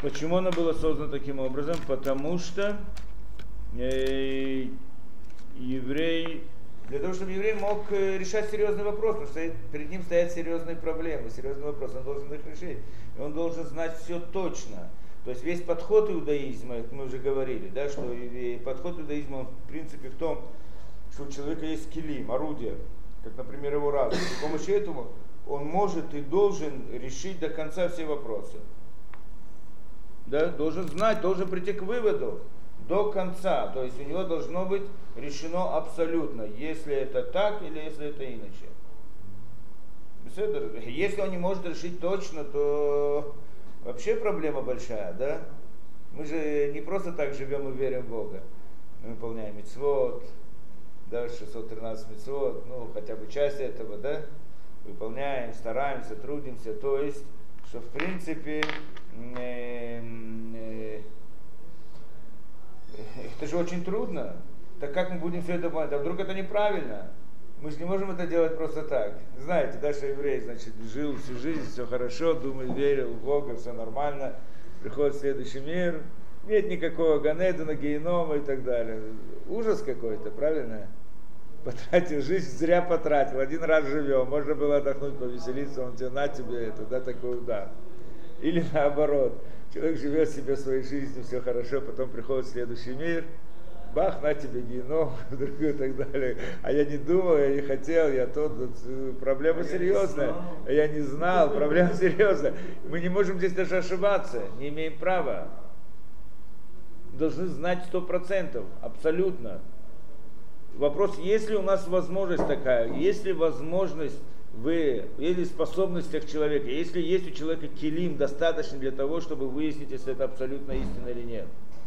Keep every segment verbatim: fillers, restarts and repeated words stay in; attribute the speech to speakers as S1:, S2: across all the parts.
S1: Почему оно было создано таким образом? Потому что э, еврей, для того, чтобы еврей мог решать серьезный вопрос, потому что перед ним стоят серьезные проблемы, серьезный вопрос, он должен их решить, и он должен знать все точно. То есть весь подход иудаизма, как мы уже говорили, да, что подход иудаизма в принципе в том, что у человека есть килим, орудие, как, например, его разум. С помощью этого он может и должен решить до конца все вопросы. Да, должен знать, должен прийти к выводу до конца. То есть у него должно быть решено абсолютно, если это так или если это иначе. Если он не может решить точно, то вообще проблема большая, да? Мы же не просто так живем и верим в Бога. Мы выполняем мицвот, да, шестьсот тринадцать мицвот, ну хотя бы часть этого, да? Выполняем, стараемся, трудимся. То есть, что в принципе э, э, это же очень трудно. Так как мы будем все это понимать? А вдруг это неправильно? Мы же не можем это делать просто так. Знаете, да, что еврей, значит, жил всю жизнь, все хорошо, думал, верил в Бога, все нормально. Приходит следующий мир, нет никакого Ганедана, генома и так далее. Ужас какой-то, правильно? Потратил жизнь, зря потратил. Один раз живем, можно было отдохнуть, повеселиться, он тебе, на тебе это, да, такой удар. Или наоборот, человек живет себе своей жизнью, все хорошо, потом приходит следующий мир, бах, на тебе геном, и так далее. А я не думал, я не хотел, я тот, проблема серьезная. А я не знал, проблема серьезная. Мы не можем здесь даже ошибаться, не имеем права. Должны знать сто процентов, абсолютно. Вопрос, есть ли у нас возможность такая, есть ли возможность вы, или способностях человека, если есть у человека килим достаточно для того, чтобы выяснить, если это абсолютно истина или нет.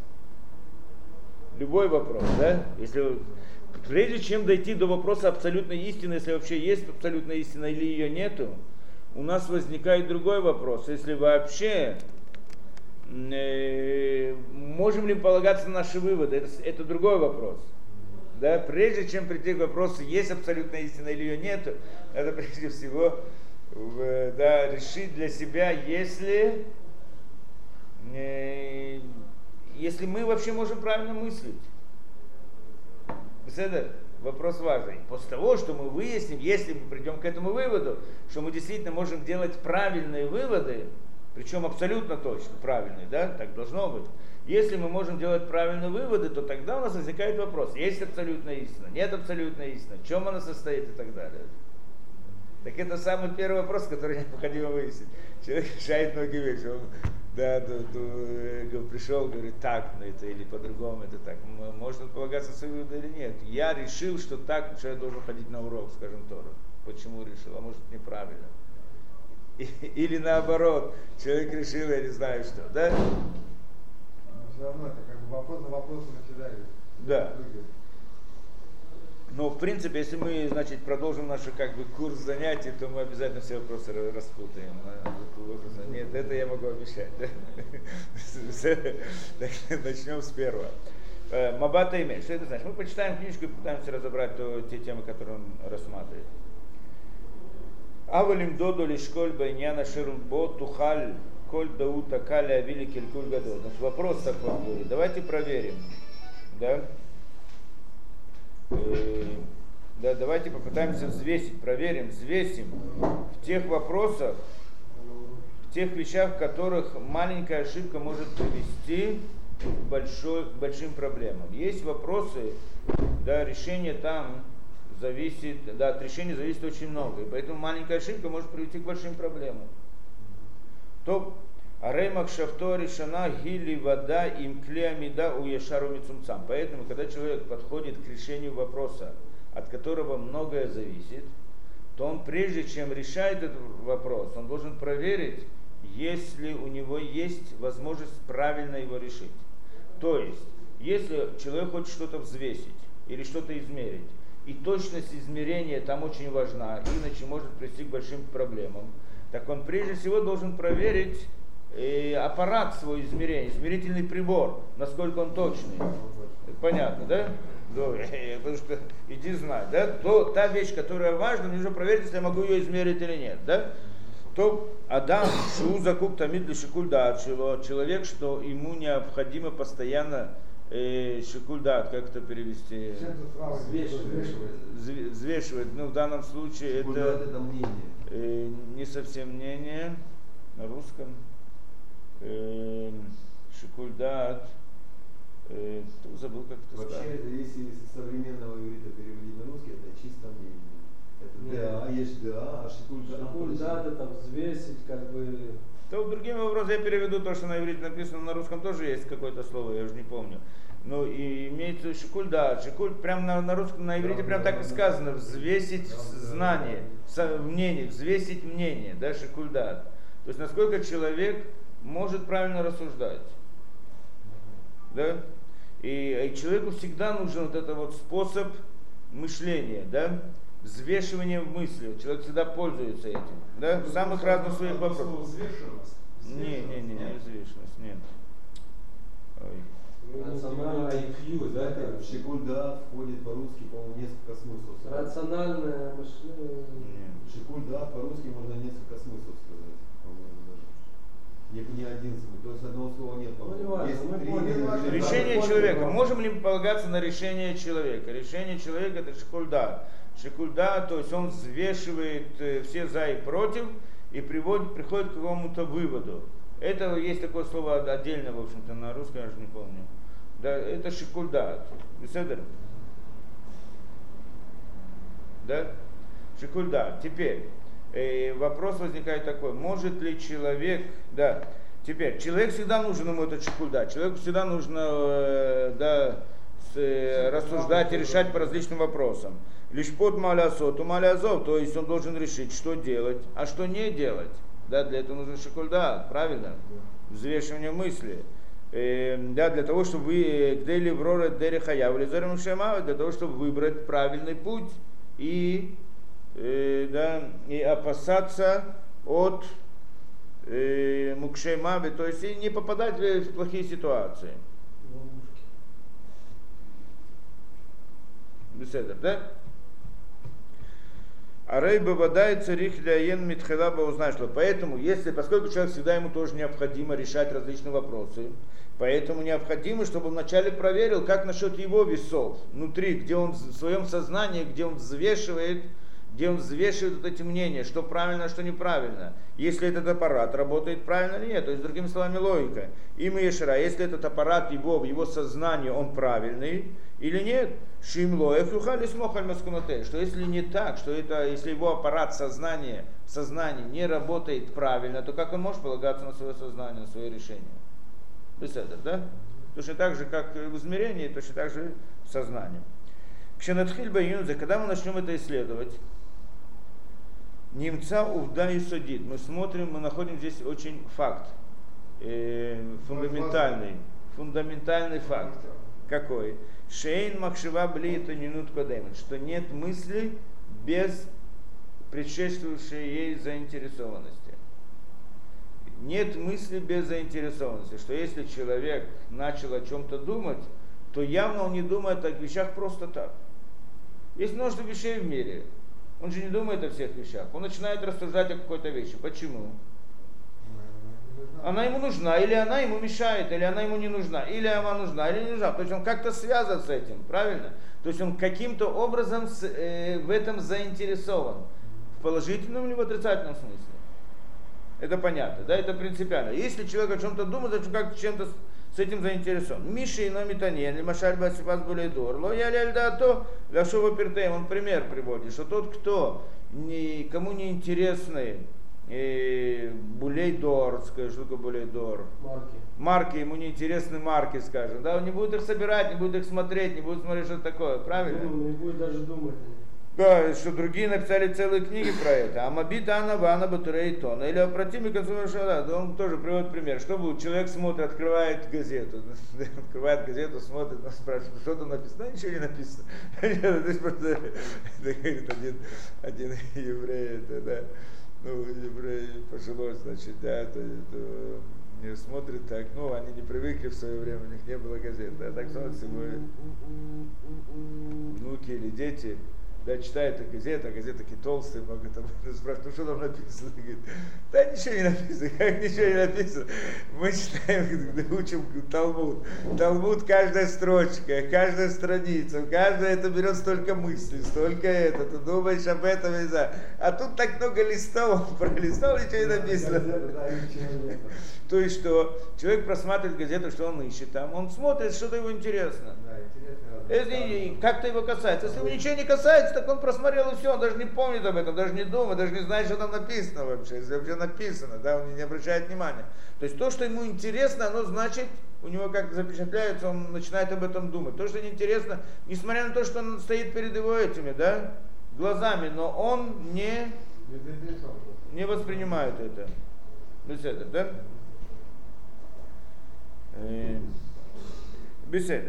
S1: Любой вопрос, да? Если, прежде чем дойти до вопроса абсолютной истины, если вообще есть абсолютная истина или ее нету, у нас возникает другой вопрос. Если вообще э, можем ли полагаться на наши выводы, это, это другой вопрос. Да? Прежде чем прийти к вопросу, есть абсолютная истина или ее нету, надо прежде всего в, да, решить для себя, если... Э, Если мы вообще можем правильно мыслить. Это вопрос важный. После того, что мы выясним, если мы придем к этому выводу, что мы действительно можем делать правильные выводы, причем абсолютно точно правильные, да, так должно быть. Если мы можем делать правильные выводы, то тогда у нас возникает вопрос, есть абсолютная истина, нет абсолютной истины, в чем она состоит и так далее. Так это самый первый вопрос, который необходимо выяснить. Человек решает многие вещи. Он, да, да, да, пришел, говорит, так, ну, это или по-другому, это так. Можно полагаться на свои выводы или нет. Я решил, что так, что я должен ходить на урок, скажем, Тору. Почему решил? А может, неправильно. Или наоборот, человек решил, я не знаю что, да?
S2: Но все равно это как бы вопрос на вопрос начинает.
S1: Да. Но в принципе, если мы, значит, продолжим наш как бы курс занятий, то мы обязательно все вопросы распутаем. Нет, это я могу обещать. Начнем с первого. Мабата имеет. Что это значит? Мы почитаем книжку и пытаемся разобрать то, те темы, которые он рассматривает. Авалим доду лишколь байняна ширубо тухаль коль даута каля великий куль гадо. Значит, вопрос такой будет. Давайте проверим. Да? Да, давайте попытаемся взвесить, проверим, взвесим в тех вопросах, в тех вещах, в которых маленькая ошибка может привести к большой, большим проблемам. Есть вопросы, да, решение там зависит, да, от решения зависит очень много, и поэтому маленькая ошибка может привести к большим проблемам. То Ареймак шафто решена гили вода им клеамида у ешару мицумцам. Поэтому, когда человек подходит к решению вопроса, от которого многое зависит, то он прежде чем решает этот вопрос, он должен проверить, если у него есть возможность правильно его решить. То есть, если человек хочет что-то взвесить или что-то измерить, и точность измерения там очень важна, иначе может привести к большим проблемам, так он прежде всего должен проверить и аппарат свой измерения, измерительный прибор, насколько он точный. Понятно, да? Потому что иди знать, да? То, та вещь, которая важна, мне нужно проверить, если я могу ее измерить или нет, да? То Адам, шу закуп тамид для шикульдат, человек, что ему необходимо постоянно э, шикульдат, как это перевести?
S2: Взвешивает.
S1: Взвешивать. Ну, в данном случае это,
S3: это мнение.
S1: Э, не совсем мнение на русском. Э, шикульдат. Э, забыл, как это
S3: Вообще,
S1: сказать.
S3: это если с современного иврита переводить на русский, это чисто мнение. Это да, есть да, а шикульдат.
S4: Шикульдат это взвесить, как бы.
S1: То другим образом я переведу то, что на иврите написано, на русском тоже есть какое-то слово, я уже не помню. Ну и имеется шикульдат. Шикуль прям на, на русском, на иврите прям так и сказано, взвесить знание, мнение, взвесить мнение, да, шикульдат. То есть насколько человек может правильно рассуждать. Да? И, и человеку всегда нужен вот этот вот способ мышления, да? Взвешивание мысли. Человек всегда пользуется этим. Да? В самых разных своих вопросах.
S5: Взвешенность?
S1: Не, не, не, не взвешенность, нет. Ой.
S4: Рациональное
S3: ай кью, да, это в шикульдат входит по-русски, по-моему, несколько смыслов.
S4: Рациональное мышление.
S1: Нет.
S3: Шикульдат по-русски можно несколько смыслов сказать, по-моему, даже. Не, не один смысл, то есть одного слова нет, по-моему.
S4: Ну, не важно,
S3: Есть
S4: мы
S3: три
S4: поняли.
S3: или-
S1: Решение
S4: Да,
S1: человека.
S4: да.
S1: Можем ли мы полагаться на решение человека? Решение человека это шикульдат. Шикульдат, то есть он взвешивает э, все за и против и приводит, приходит к какому-то выводу. Это есть такое слово отдельно, в общем-то, на русском, я же не помню. Да, это шикульдат. Беседер? Да? Шикульдат. Теперь э, вопрос возникает такой: может ли человек, да, теперь человек всегда нужен ему этот шикульдат. Человеку всегда нужно э, да, с, э, рассуждать и решать по различным вопросам. Лишь под малясот, у малязов, то есть он должен решить, что делать, а что не делать. Да, для этого нужен шикульдат, правильно? Взвешивание мысли. Э, да, для того, чтобы вы гдели врора дери хаяв, для того, чтобы выбрать правильный путь и, э, да, и опасаться от э, мукшеймави, то есть и не попадать в плохие ситуации. Беседа, да? А рейба вода и царих для ен митхелаба узнать, что поэтому, если, поскольку человек всегда ему тоже необходимо решать различные вопросы, поэтому необходимо, чтобы он вначале проверил, как насчет его весов внутри, где он в своем сознании, где он взвешивает, где он взвешивает вот эти мнения, что правильно, а что неправильно. Если этот аппарат работает правильно или нет. То есть, другими словами, логика. Им Ешера, если этот аппарат его, в его сознании, он правильный или нет. Шимло, эхухали смохаль маскунате. Что если не так, что это, если его аппарат сознания, сознание не работает правильно, то как он может полагаться на свое сознание, на свое решение? Беседа, да? Точно так же, как в измерении, точно так же в сознании. Кшенатхиль баюнзе, когда мы начнем это исследовать, немца увда и судит. Мы смотрим, мы находим здесь очень факт, э, фундаментальный, фундаментальный факт. Какой? Шейн махшива бли это минут кодемит, что нет мысли без предшествующей ей заинтересованности. Нет мысли без заинтересованности, что если человек начал о чем-то думать, то явно он не думает о вещах просто так. Есть множество вещей в мире. Он же не думает о всех вещах. Он начинает рассуждать о какой-то вещи. Почему? Она ему нужна, или она ему мешает, или она ему не нужна, или она нужна, или не нужна. То есть он как-то связан с этим, правильно? То есть он каким-то образом с, э, в этом заинтересован. В положительном или в отрицательном смысле. Это понятно, да, это принципиально. Если человек о чем-то думает, значит как чем-то с этим заинтересован. Миша и номитанен, лимашаль басифас булейдор, ло я ляльда то, ляшова пертеем, он пример приводит, что тот, кто никому не интересный, э, булейдор, скажем, что такое булейдор?
S4: Марки.
S1: Марки, ему не интересны марки, скажем, да, он не будет их собирать, не будет их смотреть, не будет смотреть, что такое, правильно?
S4: Думаю, не будет даже думать.
S1: Да, что другие написали целые книги про это. А Мабита Анна Вана Батурейтона. Или опротивник Консумершада, он тоже приводит пример. Что будет? Человек смотрит, открывает газету. Открывает газету, смотрит, он спрашивает, что там написано? Да, ничего не написано. То есть просто говорит один, один еврей, это, да, ну, еврей пожилой, значит, да, то, то, не смотрит так, ну, они не привыкли в свое время, у них не было газет, да, так смотрят, если внуки или дети да, читает эту газету, а газеты такие толстые, много там, спрашивают, ну что там написано? Говорит, да ничего не написано, как ничего не написано. Мы читаем, учим Талмуд. Талмуд каждая строчка, каждая страница, каждая это берет столько мыслей, столько это, ты думаешь об этом, не знаю. А тут так много листов, пролистал, ничего не написано. То есть что, человек просматривает газету, что он ищет там, он смотрит, что-то ему интересно. Если как-то его касается. Если его ничего не касается, так он просмотрел и все, он даже не помнит об этом, даже не думает, даже не знает, что там написано вообще. Если вообще написано, да, он не обращает внимания. То есть то, что ему интересно, оно значит, у него как-то запечатляется, он начинает об этом думать. То, что неинтересно, несмотря на то, что он стоит перед его этими, да, глазами, но он не, не воспринимает это. Беседа, да? Беседа.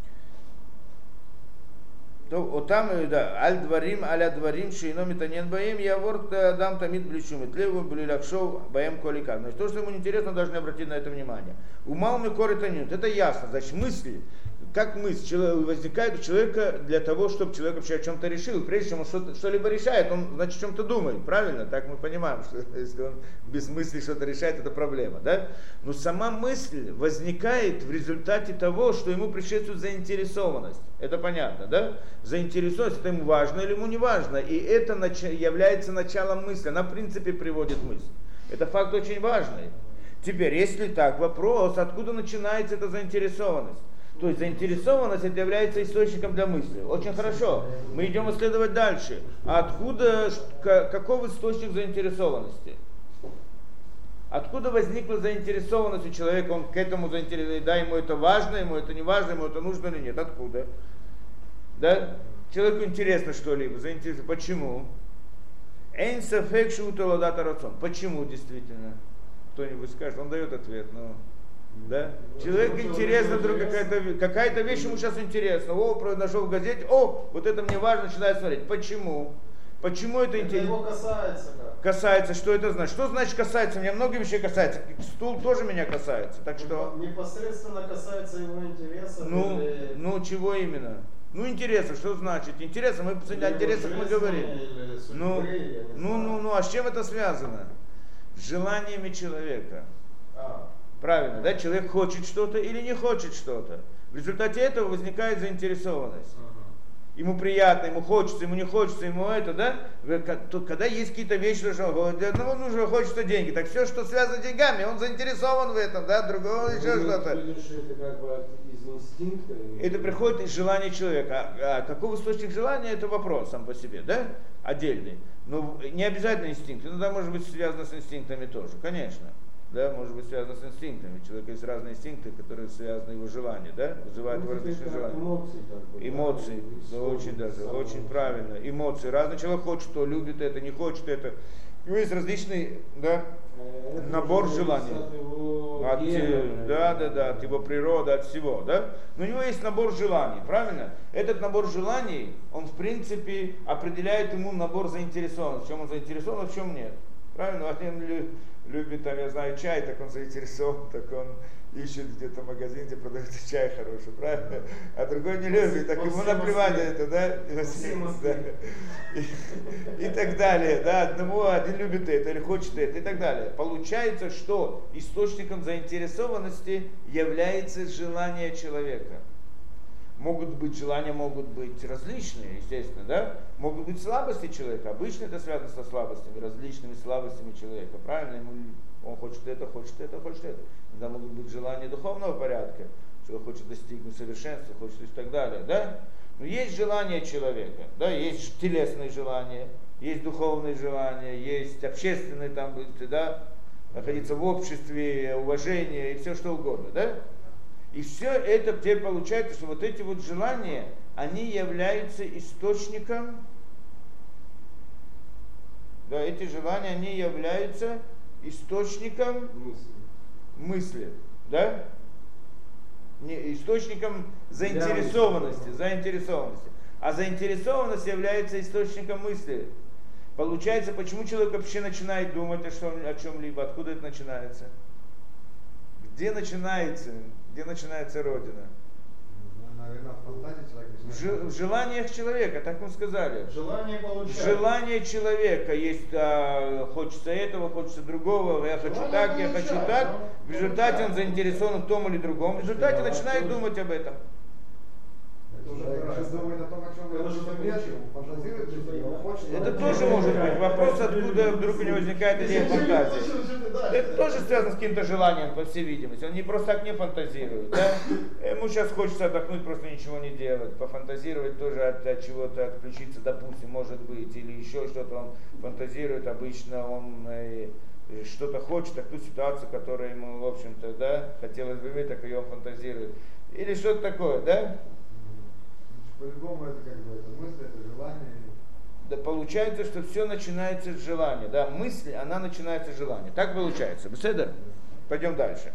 S1: То вот там, да, аль дварим, аля дварим, шейно метанен баем, я ворт дам тамид бличу, метлеву блилакшов баем колика. Значит, то, что ему неинтересно, он должен обратить на это внимание. Умал ми коры танют, это ясно, значит, мысли, как мысль возникает у человека для того, чтобы человек вообще о чем-то решил. Прежде чем он что-то, что-либо решает, он, значит, о чем-то думает, правильно? Так мы понимаем, что если он без мысли что-то решает, это проблема, да? Но сама мысль возникает в результате того, что ему предшествует заинтересованность. Это понятно, да? Заинтересованность, это ему важно или ему не важно. И это нач... является началом мысли, она в принципе приводит мысль. Это факт очень важный. Теперь, если так, вопрос, откуда начинается эта заинтересованность? То есть заинтересованность это является источником для мысли. Очень хорошо. Мы идем исследовать дальше. А откуда, каков источник заинтересованности? Откуда возникла заинтересованность у человека, он к этому заинтересован, да, ему это важно, ему это не важно, ему это нужно или нет. Откуда? Да? Человеку интересно что-либо, заинтересован. Почему? Эйн сафек шуталадата рацион. Почему действительно? Кто-нибудь скажет, он дает ответ, но... Да? Человек интересно, вдруг какая-то, какая-то вещь ему сейчас интересна. О, нашел в газете, о, вот это мне важно, начинает смотреть. Почему? Почему это, это интересно?
S4: Его касается как?
S1: Касается, что это значит? Что значит касается? Меня много вещей касается. Стул тоже меня касается. Так что...
S4: Непосредственно касается его интереса.
S1: Ну,
S4: или...
S1: ну чего именно? Ну интересно, что значит? Интересно, мы о интересах мы говорим. Ну, ну, ну, ну, а с чем это связано? С желаниями человека.
S4: А.
S1: Правильно, да? Человек хочет что-то или не хочет что-то. В результате этого возникает заинтересованность. Ему приятно, ему хочется, ему не хочется, ему это, да? Когда есть какие-то вещи, что для одного нужно, хочется деньги, так все, что связано с деньгами, он заинтересован в этом, да? Другого еще что-то.
S4: Это как бы из инстинкта?
S1: Это приходит из желания человека. А, а каков источник желания, это вопрос сам по себе, да? Отдельный. Но не обязательно инстинкт, иногда может быть связано с инстинктами тоже, конечно. Да, может быть связано с инстинктами. У человека есть разные инстинкты, которые связаны его желания, да, вызывают его различные желания.
S4: Эмоции, как бы,
S1: Эмоции, да, да, очень даже, очень правильно. Эмоции. Разный человек хочет то, любит это, не хочет это. У него есть различный, да, это набор желаний. От,
S4: гена,
S1: да, да, да, от его природы, от всего, да. Но у него есть набор желаний, правильно? Этот набор желаний, он в принципе определяет ему набор заинтересованности. В чем он заинтересован, а в чем нет. Правильно? Один любит, там, я знаю, чай, так он заинтересован, так он ищет где-то магазин, где продается чай хороший, правильно? А другой не любит, так ему наплевать на это, да? И, и так далее, да? Одному один любит это или хочет это и так далее. Получается, что источником заинтересованности является желание человека. Могут быть желания, могут быть различные, естественно, да? Могут быть слабости человека. Обычно это связано со слабостями, различными слабостями человека. Правильно? Ему, он хочет это, хочет это, хочет это. Иногда могут быть желания духовного порядка. Человек хочет достигнуть совершенства, хочет и так далее, да? Но есть желания человека, да? Есть телесные желания, есть духовные желания, есть общественные там, да? Находиться в обществе, уважение и все что угодно, да? И все это теперь получается, что вот эти вот желания, они являются источником, да, эти желания, они являются источником мысли, мысли, да, не, источником заинтересованности, заинтересованности. А заинтересованность является источником мысли. Получается, почему человек вообще начинает думать о, чем, о чем-либо, откуда это начинается? Где начинается, где начинается Родина?
S2: наверное, от фантазии человека
S1: В,
S2: начинает.
S1: жи- в желаниях человека, так мы сказали.
S4: Желание получать.
S1: Желание человека есть, а, хочется этого, хочется другого, я хочу
S4: Желание
S1: так, я хочу
S4: получать,
S1: так.
S4: но
S1: В результате он
S4: получать.
S1: заинтересован в том или другом. В результате начинает думать об этом.
S2: Это уже хорошо. Думает о том, о чем
S4: Это
S2: он
S4: же
S2: себе
S4: получил.
S2: фантазирует, для себя, он хочет.
S1: Это
S2: он
S1: тоже
S2: хочет.
S1: может быть. Вопрос, откуда вдруг у него возникает идея фантазии. Это тоже связано с каким-то желанием, по всей видимости. Он не просто так не фантазирует. Да? Ему сейчас хочется отдохнуть, просто ничего не делать. Пофантазировать тоже от, от чего-то отключиться, допустим, может быть. Или еще что-то он фантазирует. Обычно он э, что-то хочет, так ту ситуацию, которая ему, в общем-то, да, хотелось бы иметь, так ее он фантазирует. Или что-то такое, да?
S2: По-любому это как бы это мысль, это желание.
S1: Да, получается, что все начинается с желания. Да, мысль, она начинается с желания. Так получается. Беседа? Пойдем дальше.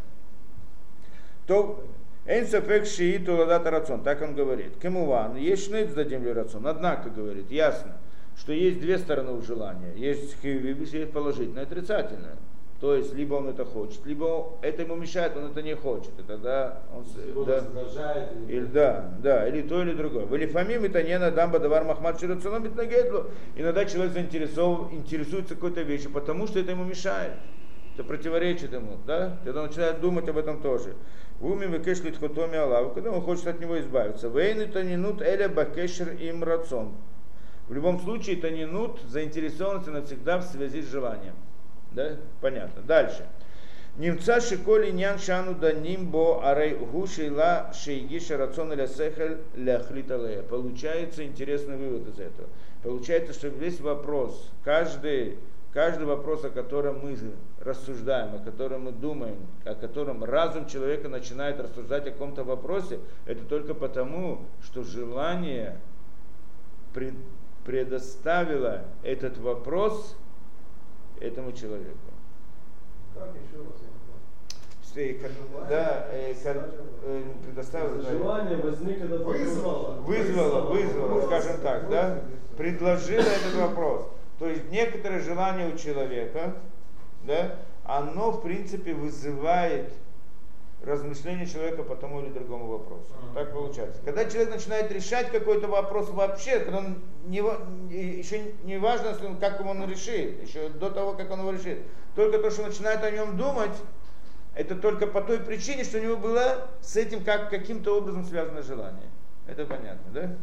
S1: То энсафек шии туладата рацион. Так он говорит. Кемуван, есть шнейц дадим ли рацион. Однако, говорит, ясно, что есть две стороны у желания. Есть хивибис, есть положительное и отрицательное. То есть, либо он это хочет, либо это ему мешает, он это не хочет. И тогда он...
S4: Его
S1: Да.
S4: раздражает. или-
S1: Или, да, да, или то, или другое. В Элифамим это не надам бадавар махмад ширационом битнагедлу. Иногда человек заинтересован, интересуется какой-то вещью, потому что это ему мешает. Это противоречит ему, да? Тогда он начинает думать об этом тоже. В уме векешли тхотоми алаву, когда он хочет от него избавиться. Вейн это не нут эля бакешер им рацион. В любом случае это не нут заинтересованности навсегда в связи с желанием. Да? Понятно. Дальше. Немца шиколи нян шану да нимбо арей гушейла шейгиша рацион ля сехель ля хлиталея. Получается интересный вывод из этого. Получается, что весь вопрос, каждый, каждый вопрос, о котором мы рассуждаем, о котором мы думаем, о котором разум человека начинает рассуждать о каком-то вопросе, это только потому, что желание пред, предоставило этот вопрос этому человеку.
S4: Как еще раз? я не понял.
S1: Да, э, э, предоставило. да.
S4: Желание возник этот
S2: Вызвало.
S1: Вызвало, вызвало, скажем так, да, предложило этот вопрос. То есть некоторое желание у человека, да, оно в принципе вызывает размышление человека по тому или другому вопросу. Так получается. Когда человек начинает решать какой-то вопрос вообще, когда он не, еще не важно, как он решит, еще до того, как он его решит, только то, что начинает о нем думать, это только по той причине, что у него было с этим как, каким-то образом связано желание. Это понятно, да?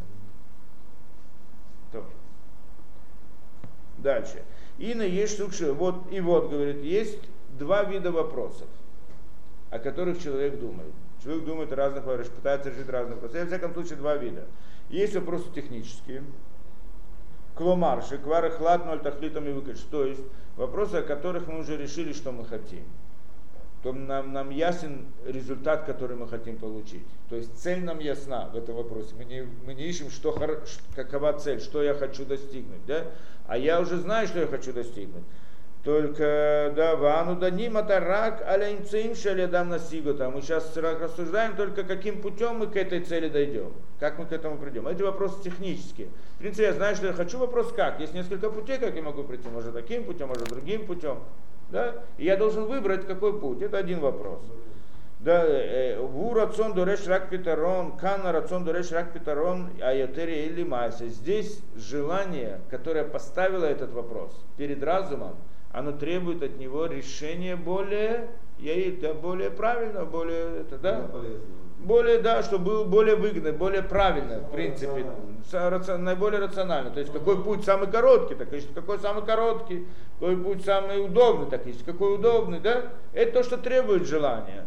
S1: То. Дальше. И на есть сукши. Вот, и вот, говорит, есть два вида вопросов, о которых человек думает. Человек думает о разных вопросах, пытается решить разные вопросы. И, во всяком случае, два вида. Есть вопросы технические. Кломар, шиквар, хлад, ноль тахлитом и выкаш. То есть вопросы, о которых мы уже решили, что мы хотим. То нам, нам ясен результат, который мы хотим получить. То есть цель нам ясна в этом вопросе. Мы не, мы не ищем, что, какова цель, что я хочу достигнуть. Да? А я уже знаю, что я хочу достигнуть. Только, да, вану даним это рак, аляймцим шалядам насигута. Мы сейчас рассуждаем только, каким путем мы к этой цели дойдем, как мы к этому придем. Эти вопросы технические. В принципе, я знаю, что я хочу, вопрос как. Есть несколько путей, как я могу прийти. Может таким путем, может другим путем. Да? И я должен выбрать, какой путь. Это один вопрос. Да, ву рацион дореш рак питарон, кана рацион дореш рак питарон, айотери или майса. Здесь желание, которое поставило этот вопрос перед разумом, оно требует от него решения более, да, более правильно, более, это, да, более, да, чтобы было более выгодно, более правильно, в принципе, наиболее рационально. То есть какой путь самый короткий, так есть какой самый короткий, какой путь самый удобный, так есть какой удобный, да, это то, что требует желания.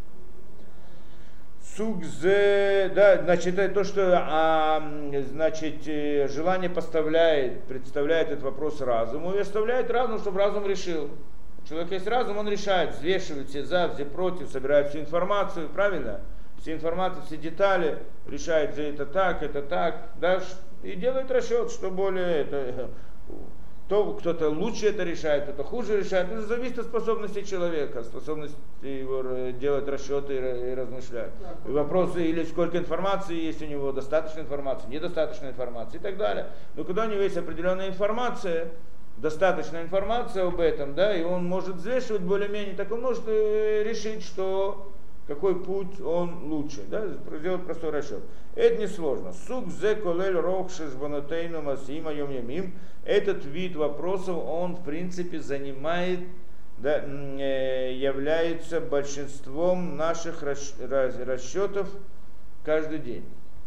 S1: Сукзе, да, значит, это то, что а, значит, желание поставляет, представляет этот вопрос разуму и оставляет разум, чтобы разум решил. У человека есть разум, он решает, взвешивает все за, все против, собирает всю информацию, правильно? Все информацию, все детали, решает, это так, это так, да, и делает расчет, что более это, то кто-то лучше это решает, кто-то хуже решает. Это зависит от способности человека, способности его делать расчеты и размышлять. И вопросы, или сколько информации есть у него, достаточно информации, недостаточно информации и так далее. Но когда у него есть определенная информация, достаточная информация об этом, да, и он может взвешивать более-менее, так он может решить, что какой путь он лучше, да, сделать простой расчет. Это несложно. Сук зе колель рох шешбанотейну масима йом ямим. Этот вид вопросов, он в принципе занимает, да, является большинством наших расчетов каждый день.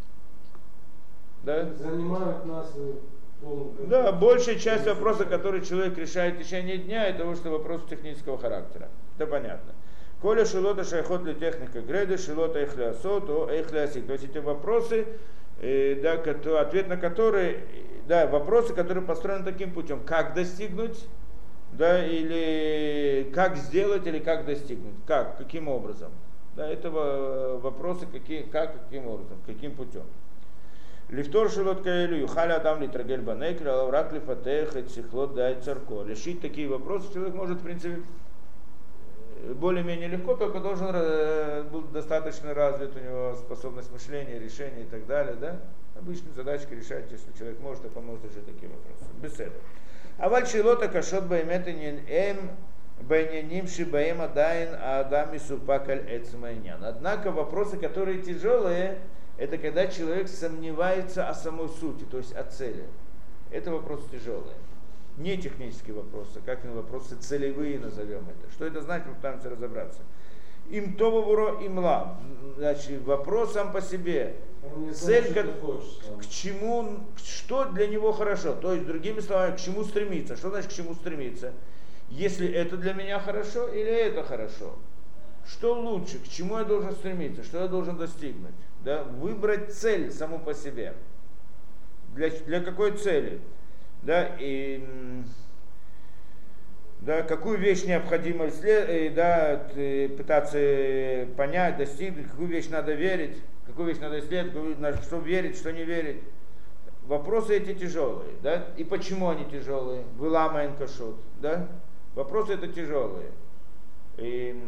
S1: Да?
S5: Занимают нас полностью.
S1: Да, большая часть вопросов, которые человек решает в течение дня, это потому что вопрос технического характера. Это понятно. Коля шилота шайхот ли техника греда, шилота эхлясот, о эхлясик. То есть эти вопросы, э, да, ответ на которые, да, вопросы, которые построены таким путем, как достигнуть, да, или как сделать, или как достигнуть, как, каким образом. Да, это вопросы, какие, как, каким образом, каким путем. Лифтор шилот каэлю, юхаля адам ли трагель банекля, лаврат ли фатех, цихлот дай царко. Решить такие вопросы человек может, в принципе, более-менее легко, только должен быть достаточно развит у него способность мышления, решения и так далее, да? Обычные задачки решать, если человек может, так он может решить такие вопросы. Без этого. А вальшилота кашот баймета эм байняним шибаем адайн адами супакаль эцмайнян. Однако вопросы, которые тяжелые, это когда человек сомневается о самой сути, то есть о цели. Это вопросы тяжелые. Не технические вопросы, как и вопросы целевые назовем это. Что это значит, мы пытаемся разобраться. Им то вуро имла. Значит, вопрос сам по себе. Цель, как, к чему, что для него хорошо. То есть, другими словами, к чему стремиться. Что значит к чему стремиться? Если это для меня хорошо или это хорошо. Что лучше, к чему я должен стремиться, что я должен достигнуть. Да? Выбрать цель саму по себе. Для, для какой цели? Да, и, да, какую вещь необходимо исслед... да, пытаться понять, достигнуть, какую вещь надо верить, какую вещь надо исследовать, что верить, что не верить. Вопросы эти тяжелые, да, и почему они тяжелые? Вылама инкашот, да, вопросы это тяжелые. И...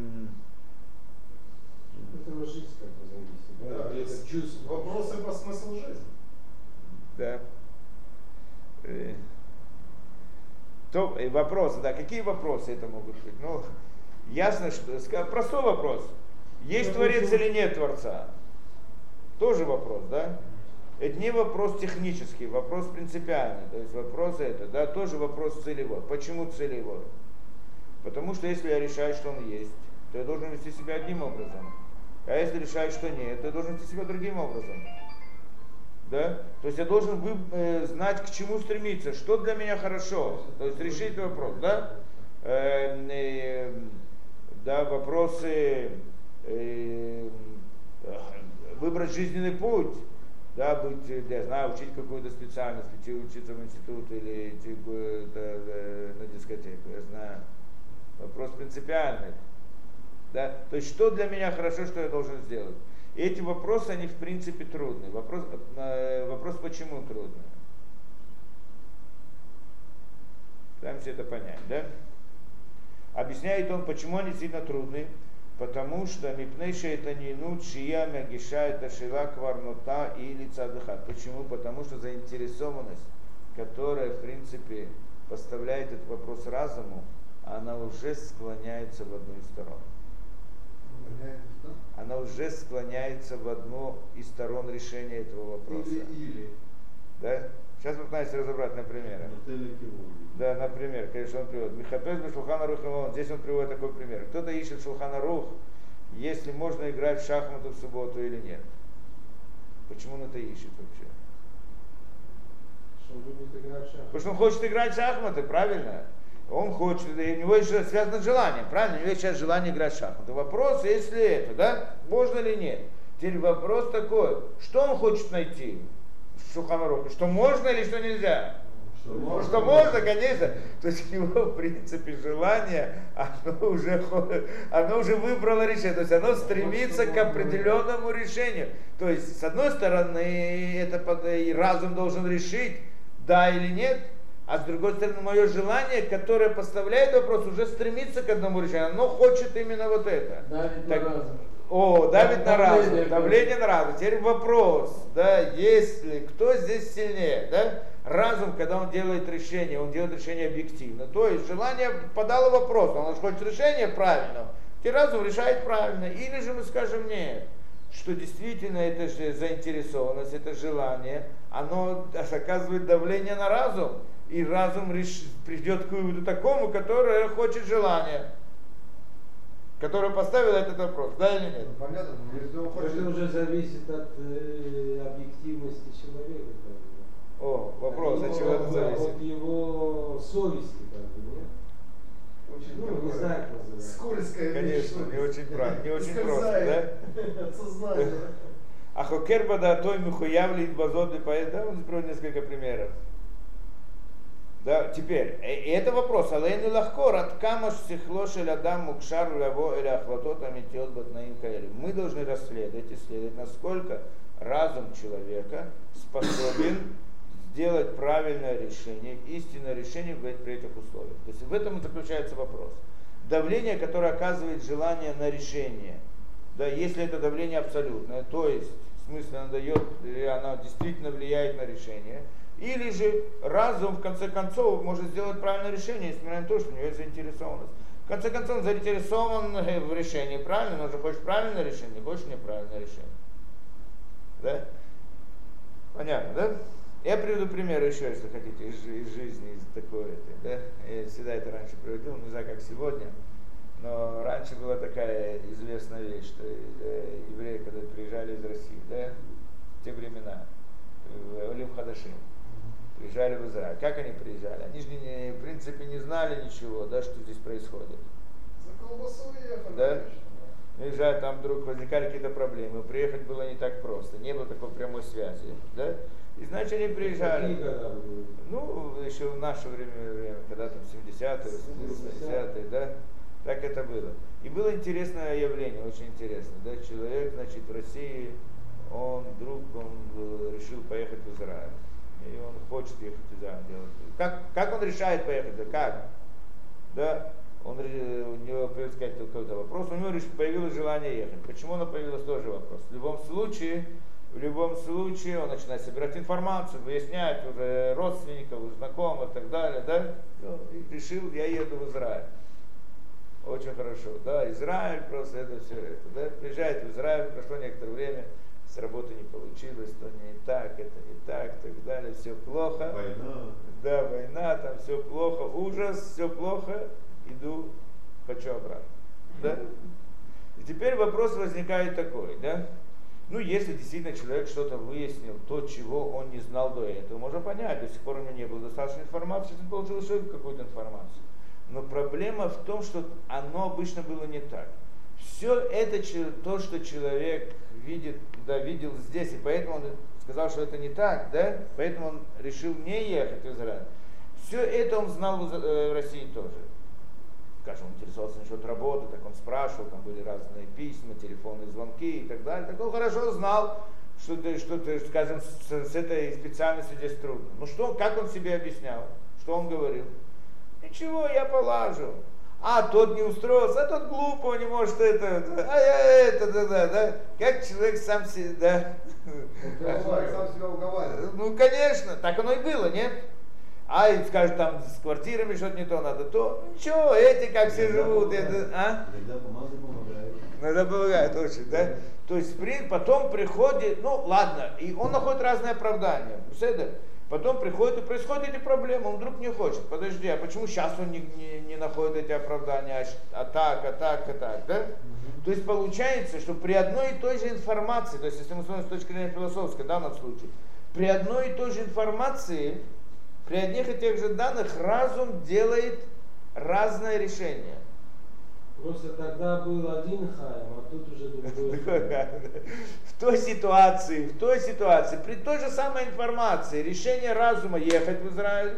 S5: Это жизнь как бы зависит.
S4: Да,
S5: Да,
S4: есть
S5: чувство.
S4: вопросы по смыслу жизни.
S1: Да. То, вопросы, да, какие вопросы это могут быть? Ну, ясно, что простой вопрос. Есть Творец или нет Творца? Тоже вопрос, да? Это не вопрос технический, вопрос принципиальный. То есть вопрос это, да, тоже вопрос целевой. Почему целевой? Потому что если я решаю, что он есть, то я должен вести себя одним образом. А если решаю, что нет, то я должен вести себя другим образом. Да? То есть я должен вы, э, знать, к чему стремиться, что для меня хорошо. То есть решить этот вопрос. Да, э, э, да вопросы, э, выбрать жизненный путь, да, быть, я знаю, учить какую-то специальность, идти учиться в институт или идти на дискотеку, я знаю. Вопрос принципиальный. Да? То есть что для меня хорошо, что я должен сделать. И эти вопросы, они в принципе трудные. Вопрос, вопрос почему трудный? Пытаемся это понять, да? Объясняет он, почему они действительно трудные. Потому что мипнейша это не нут, шия мягиша это шила кварнота или цадыха. Почему? Потому что заинтересованность, которая в принципе поставляет этот вопрос разуму, она уже склоняется в одну из сторон. Она уже склоняется в одну из сторон решения этого вопроса.
S3: Или, или.
S1: Да? Сейчас мы пытаемся разобрать на примерах. Да, например, конечно, он приводит. Михапес бы Шулхан Арух, здесь он приводит такой пример. Кто-то ищет Шулхан Арух, если можно играть в шахматы в субботу или нет. Почему он это ищет вообще?
S5: Что он любит играть в шахматы.
S1: Потому что он хочет играть в шахматы, правильно? Он хочет, и у него еще связано с желанием, правильно? У него сейчас желание играть в шахматы. Вопрос, если это, да, можно или нет. Теперь вопрос такой, что он хочет найти в Шулхан Арухе, что можно или что нельзя?
S3: Что,
S1: Ну,
S3: можно,
S1: что можно, конечно. То есть у него, в принципе, желание, оно уже, оно уже выбрало решение. То есть оно стремится к определенному решению. То есть, с одной стороны, это и разум должен решить, да или нет. А с другой стороны, мое желание, которое поставляет вопрос, уже стремится к одному решению. Оно хочет именно вот это.
S5: Давит
S1: Так,
S5: на разум.
S1: О, давит на разум,
S5: Давление,
S1: давление на разум. Теперь вопрос, да, если, кто здесь сильнее, да? Разум, когда он делает решение, он делает решение объективно. То есть желание подало вопрос, он хочет решение правильно. И разум решает правильно. Или же мы скажем нет, что действительно это же заинтересованность, это желание, оно оказывает давление на разум, и разум реш... придет к выводу такому, который хочет желания, который поставил этот вопрос, да или нет?
S2: Ну, понятно, но если он хочет...
S5: Это уже зависит от э, объективности человека. Как бы.
S1: О, вопрос, от
S5: От
S1: чего это
S5: его-
S1: зависит?
S5: От его совести, как бы, нет?
S2: Очень
S5: Ну, не
S2: такое
S5: знаю, как называется.
S2: скользкая вещь.
S1: Конечно, не очень правильно, не очень просто,
S2: Ускользает
S1: да?
S2: от сознания.
S1: А хокер да той михуявли базоты поэт, да, он приводит несколько примеров. Да, теперь, и это вопрос, алейну лахкор, от камаш сихлошель адам мукшар ляво или ахватот амитиот батнаим каэли. Мы должны расследовать, исследовать, насколько разум человека способен сделать правильное решение, истинное решение при этих условиях. То есть в этом и заключается вопрос. Давление, которое оказывает желание на решение, да, если это давление абсолютное, то есть, в смысле, оно дает, или оно действительно влияет на решение, или же разум, в конце концов, может сделать правильное решение, несмотря на то, что у него есть заинтересованность. В конце концов, он заинтересован в решении, правильно, он же хочет правильное решение, хочет неправильное решение. Да? Понятно, да? Я приведу пример еще, если хотите, из, из жизни, из такой, да? Я всегда это раньше приводил, не знаю, как сегодня, но раньше была такая известная вещь, что э, евреи, когда приезжали из России, да, в те времена, в Олим Хадашим, приезжали в Израиль. Как они приезжали? Они же, не, в принципе, не знали ничего, да, что здесь происходит.
S2: За колбасой ехали.
S1: Да?
S2: конечно,
S1: Приезжали, там вдруг возникали какие-то проблемы, приехать было не так просто, не было такой прямой связи, да? И значит, они приезжали.
S5: Какие года вы говорите?
S1: Ну, еще в наше время, время когда там семидесятые, восьмидесятые, да, так это было. И было интересное явление, очень интересное, да, человек, значит, в России, он вдруг, он решил поехать в Израиль, и он хочет ехать в Израиль делать. Как, как он решает поехать, да, как, да, он, у него появился какой-то вопрос, у него появилось желание ехать. Почему оно появилось, тоже вопрос. В любом случае, В любом случае он начинает собирать информацию, выяснять уже родственников, знакомых и так далее, да? Ну, и решил, я еду в Израиль. Очень хорошо, да, Израиль просто это все это, да? Приезжает в Израиль, прошло некоторое время, с работы не получилось, то не так, это не так, и так далее, все плохо.
S3: Война.
S1: Да, война, там все плохо, ужас, все плохо, иду, хочу обратно, да? И теперь вопрос возникает такой, да? Ну, если действительно человек что-то выяснил, то, чего он не знал до этого, можно понять, до сих пор у него не было достаточно информации, он получил еще какую-то информацию. Но проблема в том, что оно обычно было не так. Все это то, что человек видит, да, видел здесь, и поэтому он сказал, что это не так, да, поэтому он решил не ехать в Израиль. Все это он знал в России тоже. Скажем, он интересовался насчет работы, так он спрашивал, там были разные письма, телефонные звонки и так далее. Так он хорошо знал, что, что скажем, с, с этой специальностью здесь трудно. Ну что, как он себе объяснял? Что он говорил? Ничего, я полажу. А тот не устроился, а тот глупо, не может это, а я это, да, да, да. Как человек сам себе, да.
S2: Человек сам себя уговаривает.
S1: Ну, конечно, так оно и было, нет? А и скажут, там с квартирами что-то не то надо, то ну, ничего, эти как все живут, это, а?
S3: Иногда бумага помогает.
S1: Иногда помогает очень, да? То есть при, потом приходит, ну ладно, и он находит разные оправдания, все. Потом приходит и происходят эти проблемы, он вдруг не хочет, подожди, а почему сейчас он не, не, не находит эти оправдания, а, а так, а так, а так, да? Mm-hmm. То есть получается, что при одной и той же информации, то есть если мы смотрим с точки зрения философской, в данном случае, при одной и той же информации, при одних и тех же данных разум делает разное решение.
S5: Просто тогда был один Хайм, а тут уже другой Хайм.
S1: В той ситуации, в той ситуации, при той же самой информации, решение разума ехать в Израиль,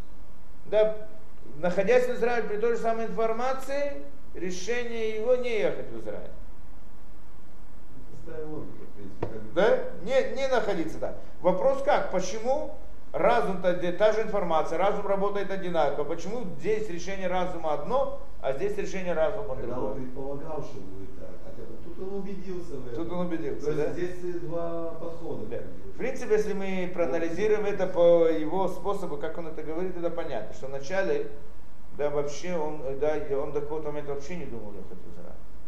S1: да, находясь в Израиле при той же самой информации, решение его не ехать в Израиль.
S3: Простая логика, в принципе. Как...
S1: Да? Не, не находиться там. Вопрос как? Почему? Разум-то та же информация, разум работает одинаково. Почему здесь решение разума одно, а здесь решение разума
S3: Когда
S1: другое?
S3: он предполагал, что будет так, хотя бы тут он убедился в этом.
S1: Тут он убедился,
S3: То есть
S1: да?
S3: здесь два подхода.
S1: Да. В принципе, если мы проанализируем это по его способу, как он это говорит, это понятно, что вначале, да, вообще он, да, он до какого-то момента вообще не думал ехать в Израиль.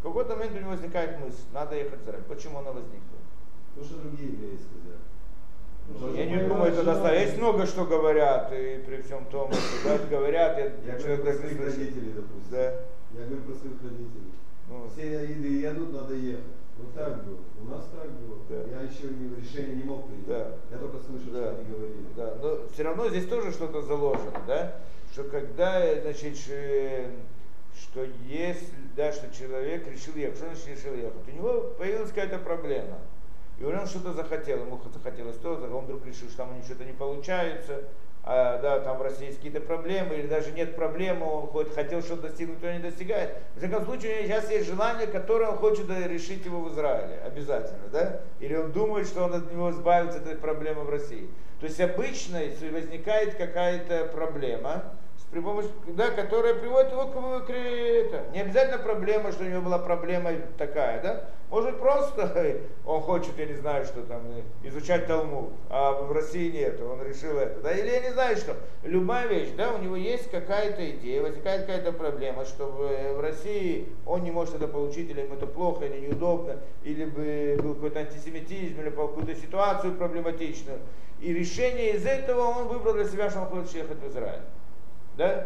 S1: В какой-то момент у него возникает мысль, надо ехать в Израиль. Почему она возникла?
S3: То, что другие евреи сказали.
S1: Ну, я не думаю, это достаточно. Есть много что говорят, и при всем том, что да, говорят, я,
S3: Я
S1: человек
S3: говорю про
S1: даже не
S3: своих
S1: слышит.
S3: родителей, допустим.
S1: Да.
S3: Я говорю про своих родителей.
S1: Ну,
S3: Все еды едут, надо ехать. Вот так было. У нас так было.
S1: Да.
S3: Я еще не, решение не мог принять.
S1: Да.
S3: Я только слышал,
S1: Да.
S3: что они говорили.
S1: Да, но все равно здесь тоже что-то заложено, да, что когда, значит, э, что если, да, что человек решил ехать, что значит решил ехать, у него появилась какая-то проблема, и он что-то захотел, ему захотелось то, он вдруг решил, что там у него что-то не получается, а, да, там в России есть какие-то проблемы, или даже нет проблемы, он хоть хотел что-то достигнуть, но не достигает. В всяком случае, у него сейчас есть желание, которое он хочет решить его в Израиле, обязательно, да? Или он думает, что он от него избавится от этой проблемы в России. То есть обычно, если возникает какая-то проблема, при помощи, да, которая приводит его к, к это. Не обязательно проблема, что у него была проблема такая, да? Может быть, просто он хочет, я не знаю, что там, изучать Талмуд, а в России нет, он решил это, да? Или я не знаю, что. Любая вещь, да, у него есть какая-то идея, возникает какая-то проблема, что в, в России он не может это получить, или ему это плохо, или неудобно, или бы был какой-то антисемитизм, или какую-то ситуацию проблематичную. И решение из этого он выбрал для себя, что он хочет ехать в Израиль. Да?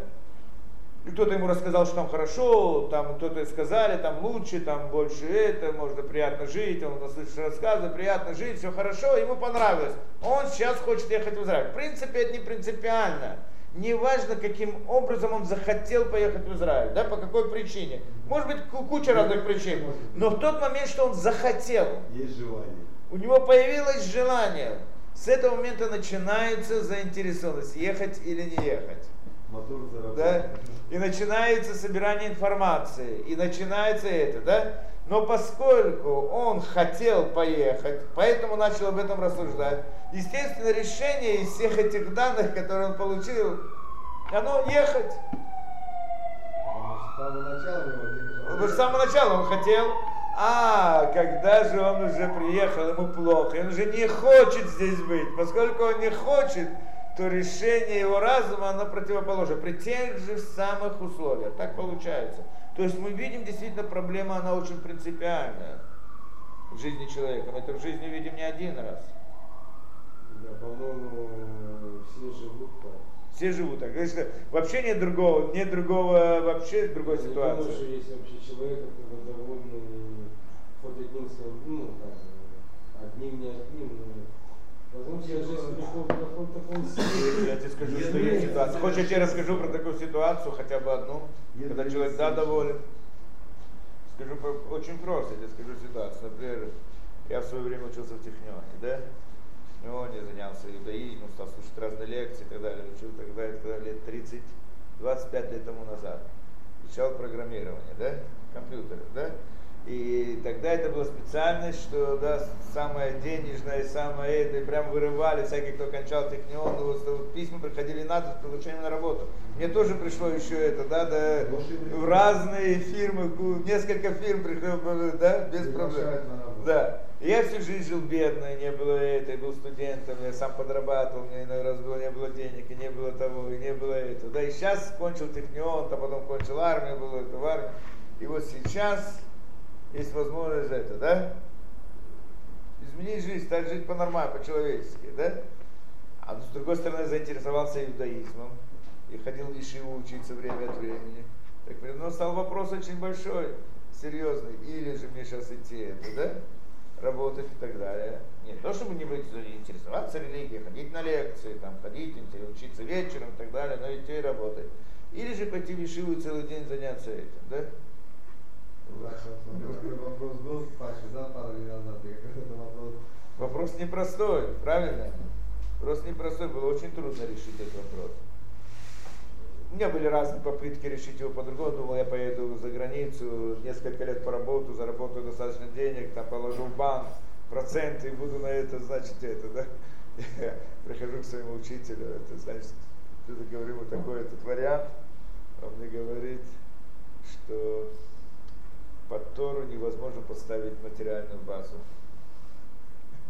S1: И кто-то ему рассказал, что там хорошо, там кто-то сказали, там лучше, там больше это, можно приятно жить, он услышал рассказы, приятно жить, все хорошо, ему понравилось. Он сейчас хочет ехать в Израиль. В принципе, это не принципиально. Неважно, каким образом он захотел поехать в Израиль, да, по какой причине. Может быть, куча разных причин. Но в тот момент, что он захотел,
S3: Есть желание.
S1: у него появилось желание, с этого момента начинается заинтересованность, ехать или не ехать.
S3: Мотор заработал.
S1: Да? И начинается собирание информации, и начинается это, да? Но поскольку он хотел поехать, поэтому начал об этом рассуждать, естественно, решение из всех этих данных, которые он получил, оно ехать.
S2: Потому что с самого начала у него возникло
S1: Потому что с самого начала он хотел, а когда же он уже приехал, ему плохо, и он уже не хочет здесь быть, поскольку он не хочет, то решение его разума, оно противоположно, при тех же самых условиях. Так получается. То есть мы видим, действительно, проблема, она очень принципиальная в жизни человека. Мы это в жизни видим не один раз.
S5: Да, по-моему, все живут так.
S1: Все живут так. Потому что вообще нет другого, нет другого вообще другой
S5: Я
S1: ситуации.
S5: не думаю, что есть вообще человек, который довольный хоть одним своим, ну, как, одним, не одним, но возможно, вся жизнь приходит в каком-то таком
S1: Я тебе скажу, что есть ситуация. Хочешь, я тебе расскажу про такую ситуацию, хотя бы одну,
S3: Нет,
S1: когда
S3: нет,
S1: человек
S3: нет,
S1: да
S3: нет.
S1: доволен. Скажу по- очень просто, я тебе скажу ситуацию. Например, я в свое время учился в Технионе, да? Ну, не занялся иудаизмом, стал слушать разные лекции и так далее. Учил тогда, это лет тридцать, двадцать пять лет тому назад. Изучал программирование, да? Компьютеры, да? И тогда это была специальность, что да, самая денежная, самая это, и прям вырывали всякие, кто кончал технион, ну, вот, вот, письма приходили на с приглашением на работу. Мне тоже пришло еще это, да, да, в разные фирмы, несколько фирм пришло, да, без проблем. Да. И я всю жизнь жил бедно, не было это, и был студентом, я сам подрабатывал, мне иной раз было, не было денег, и не было того, и не было этого. Да, и сейчас кончил технион, а потом кончил армию, было это в армии. И вот сейчас есть возможность это, да? Изменить жизнь, стать жить по-нормальному, по-человечески, да? А с другой стороны, заинтересовался иудаизмом и ходил в ешиву учиться время от времени. Так, ну, стал вопрос очень большой, серьезный. Или же мне сейчас идти это, да? Работать и так далее. Не то, чтобы не быть интересоваться религией, ходить на лекции, там, ходить, учиться вечером и так далее, но идти и работать. Или же пойти в ешиву и целый день заняться этим, да?
S2: Такой вопрос был, Паша, да, пару дней назад, и как это вопрос.
S1: Вопрос непростой, правильно? Вопрос непростой, было очень трудно решить этот вопрос. У меня были разные попытки решить его по-другому. Думал, я поеду за границу, несколько лет поработаю, заработаю достаточно денег, там положу в банк проценты и буду на это, значит, это, да? Я прихожу к своему учителю, это значит, что-то говорю ему такой этот вариант. Он мне говорит, что под Тору невозможно поставить материальную базу.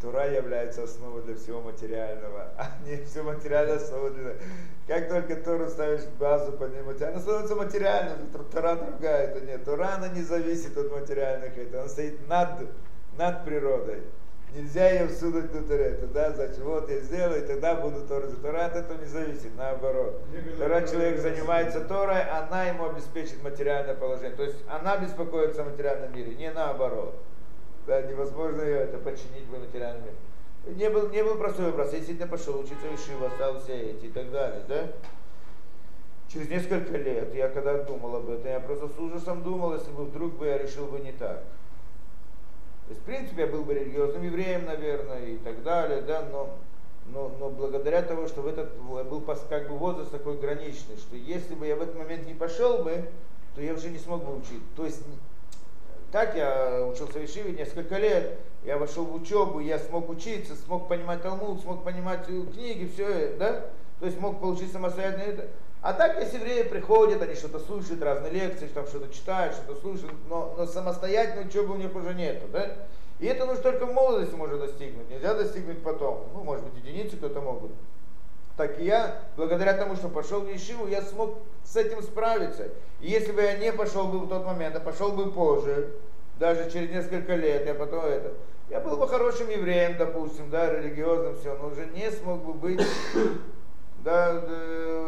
S1: Тора является основой для всего материального, а не все материальное основа для... Как только Тору ставишь базу под материальное, она становится материальным, Тора другая, это нет. Тора, она не зависит от материальных, это она стоит над, над природой. Нельзя ее всунуть внутрь это, да, значит, вот я сделаю, и тогда буду Тору. Тора от этого не зависит, наоборот. Когда человек занимается Торой, она ему обеспечит материальное положение. То есть она беспокоится о материальном мире, не наоборот. Да, невозможно ее это подчинить в материальном мире. Не был, не был простой вопрос. Я действительно пошел учиться в Ишиву, остался эти и так далее, да? Через несколько лет, я когда думал об этом, я просто с ужасом думал, если бы вдруг бы я решил бы не так. То есть, в принципе, я был бы религиозным евреем, наверное, и так далее, да, но, но, но благодаря тому, что в этот был как бы возраст такой граничный, что если бы я в этот момент не пошел бы, то я уже не смог бы учить. То есть, так я учился в Ишиве несколько лет, я вошел в учебу, я смог учиться, смог понимать Талмуд, смог понимать книги, все это, да, то есть мог получить самостоятельно это. А так, если евреи приходят, они что-то слушают, разные лекции, там что-то читают, что-то слушают, но, но самостоятельной учебы у них уже нету, да? И это нужно только в молодости можно достигнуть, нельзя достигнуть потом. Ну, может быть, единицы кто-то могут. Так и я, благодаря тому, что пошел в Ешиву, я смог с этим справиться. И если бы я не пошел бы в тот момент, а пошел бы позже, даже через несколько лет, я потом это, я был бы хорошим евреем, допустим, да, религиозным, все, но уже не смог бы быть, да, да,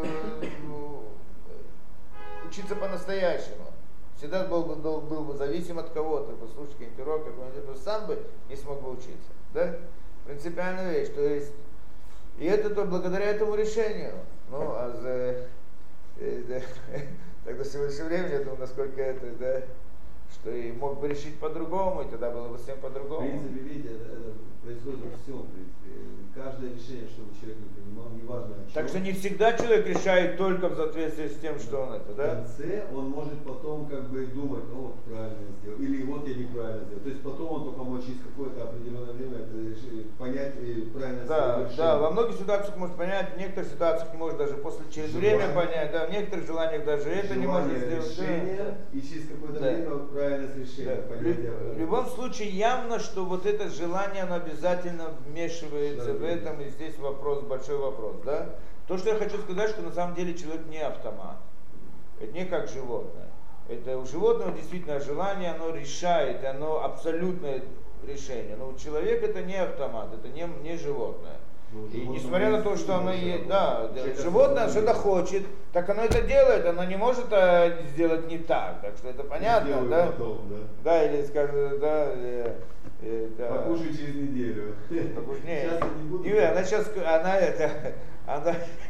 S1: учиться по-настоящему. Всегда был бы, был, был бы зависим от кого-то, послушать какой-нибудь урок, какой-нибудь, но сам бы не смог бы учиться. Да? Принципиальная вещь. То есть, и это то благодаря этому решению. Ну, а за, э, да, так до сегодняшнего времени, я думаю, насколько это, да, что и мог бы решить по-другому, и тогда было бы всем по-другому.
S3: В принципе, видите, это, это происходит во всем, в принципе. Каждое решение, что человек не принимал, неважно о чем.
S1: Так что не всегда человек решает только в соответствии с тем, что он это, да?
S3: В конце он может потом как бы думать, ну вот правильно я сделал, или вот я неправильно сделал. То есть потом он только может через какое-то определенное время это решить, понять и правильно
S1: да,
S3: решение.
S1: Да, во многих ситуациях может понять, в некоторых ситуациях не может даже после через
S3: Желание.
S1: время понять, да, в некоторых желаниях даже это
S3: Желание,
S1: не может сделать.
S3: Решение,
S1: Да.
S3: И через какое-то
S1: Да.
S3: время вот правильное решение.
S1: Да.
S3: Понятие,
S1: В любом случае явно, что вот это желание, оно обязательно вмешивается
S3: да,
S1: в этом, и здесь вопрос, большой вопрос, да? То, что я хочу сказать, что на самом деле человек не автомат, это не как животное. Это у животного действительно желание, оно решает, и оно абсолютное решение. Но у человека это не автомат, это не, не животное.
S3: Ну,
S1: И
S3: животное
S1: несмотря на то,
S3: есть,
S1: что оно
S3: есть,
S1: есть,
S3: да,
S1: да,
S3: человек
S1: животное
S3: осознанный.
S1: что-то хочет, так оно это делает, оно не может а, сделать не так, так что это понятно,
S3: Сделаю
S1: да?
S3: потом, да?
S1: Да, или скажем, да, э, э, да.
S3: Покушай через неделю.
S1: Покуш- не,
S3: Сейчас я не буду.
S1: не, она сейчас, она это, она,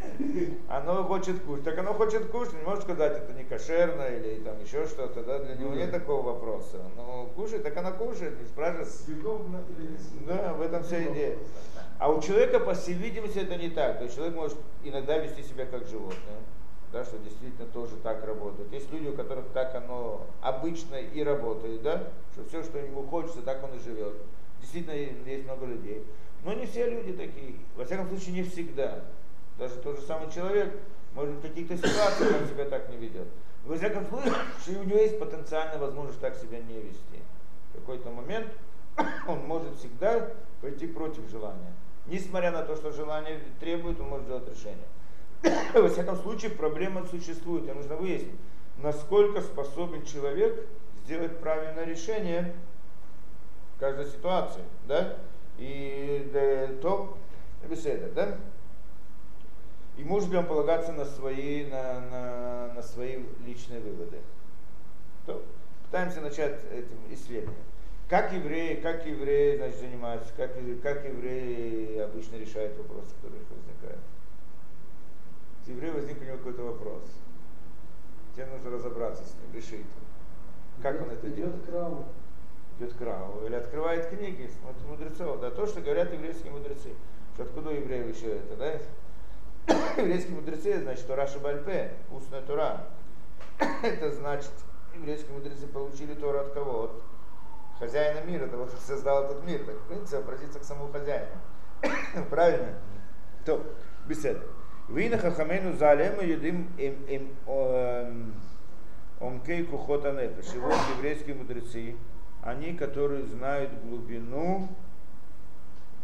S1: оно хочет кушать. Так оно хочет кушать, не может сказать, это не кошерно или там еще что-то, да, для него нет такого вопроса. Но кушает, так она кушает, не спрашивает.
S4: Съедобно или не съедобно?
S1: Да, в этом вся идея. А у человека, по всей видимости, это не так. То есть человек может иногда вести себя как животное, да, что действительно тоже так работает. Есть люди, у которых так оно обычно и работает, да, что все, что ему хочется, так он и живет. Действительно, есть много людей. Но не все люди такие. Во всяком случае, не всегда. Даже тот же самый человек, может, в каких-то ситуациях он себя так не ведет. Во всяком случае, у него есть потенциальная возможность так себя не вести. В какой-то момент он может всегда пойти против желания. Несмотря на то, что желание требует, он может сделать решение. Во всяком случае, проблема существует. И нужно выяснить, насколько способен человек сделать правильное решение в каждой ситуации. Да? И да, то беседа, да? И может ли он полагаться на свои, на, на, на свои личные выводы. То пытаемся начать этим исследованием. Как евреи, как евреи, значит, занимаются, как, как евреи обычно решают вопросы, которые их возникают. С евреем возник у него какой-то вопрос. Тебе нужно разобраться с ним, решить. Как он это делает?
S5: Идет к Раву.
S1: Идет к Раву. Или открывает книги, смотрит мудрецов. Да, то, что говорят еврейские мудрецы. Что откуда у евреев еще это, да? Еврейские мудрецы, значит, Тора Шебаль-Пе, устная Тора. Это значит, еврейские мудрецы получили Тору от кого? От хозяина мира, того, кто создал этот мир. Так, в принципе, обратиться к самому хозяину. Правильно? То, беседа. Вина хахамену залема едим им омкей кухота нефеш. И вот еврейские мудрецы, они, которые знают глубину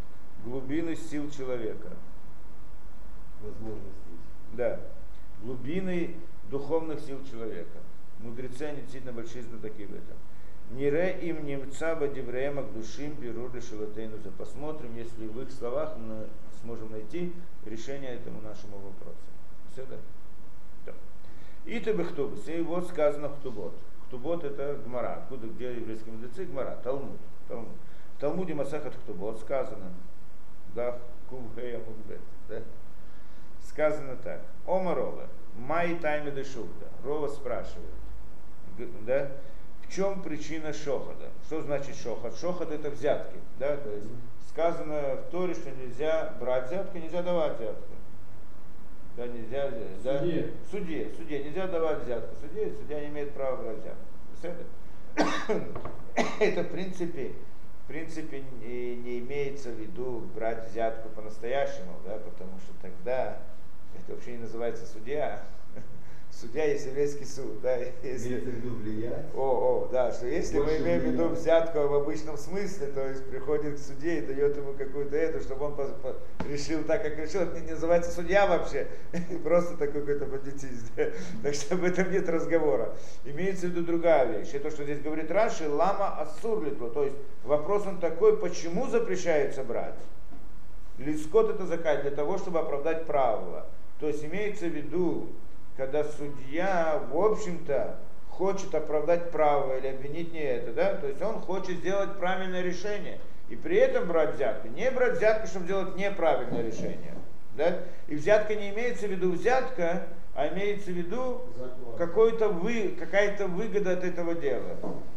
S1: глубины сил человека.
S3: Возможности.
S1: Да, глубины духовных сил человека. Мудрецы, они действительно большие знатоки в этом. Нире им немца бадивреема к душим беру лешелотейнуза. Посмотрим, если в их словах мы сможем найти решение этому нашему вопросу. Все, да? Да. И ты бы хтубус. И вот сказано хтубот. Хтубот это Гмара. Откуда, где еврейские мудрецы? Гмара. Талмуд. Талмуд. В Талмуде Масахат хтубот сказано. Да, кувхея мудбет. Да? Сказано так. Ома Рова. Май тайме дешукта. Рова спрашивает. Да? В чем причина шохода? Что значит шоход? Шоход это взятки. Да? То есть сказано в Торе, что нельзя брать взятки, нельзя давать взятки. Да, нельзя, да?
S5: Судье.
S1: Судье. Судье. Нельзя давать взятку. Судье, судья не имеет права брать взятку. Это в принципе, в принципе не, не имеется в виду брать взятку по-настоящему, да? Потому что тогда это вообще не называется судья. Судья есть еврейский суд, да, если...
S3: Имеется в виду влиять?
S1: О, о, да, что если
S3: Больше
S1: мы имеем в виду
S3: влиять.
S1: взятку в обычном смысле, то есть приходит к судье и дает ему какую-то эту, чтобы он по- по- решил так, как решил, это не называется судья вообще, просто такой какой-то бандитизм, да? Так что об этом нет разговора. Имеется в виду другая вещь, это что здесь говорит Раши, лама ассурлитло, то есть вопрос он такой, почему запрещается брать? Лискот это закат для того, чтобы оправдать правила, то есть имеется в виду, когда судья, в общем-то, хочет оправдать право или обвинить не это, да, то есть он хочет сделать правильное решение, и при этом брать взятку. Не брать взятку, чтобы сделать неправильное решение, да, и взятка не имеется в виду взятка, а имеется в виду какой-то вы, какая-то выгода от этого дела.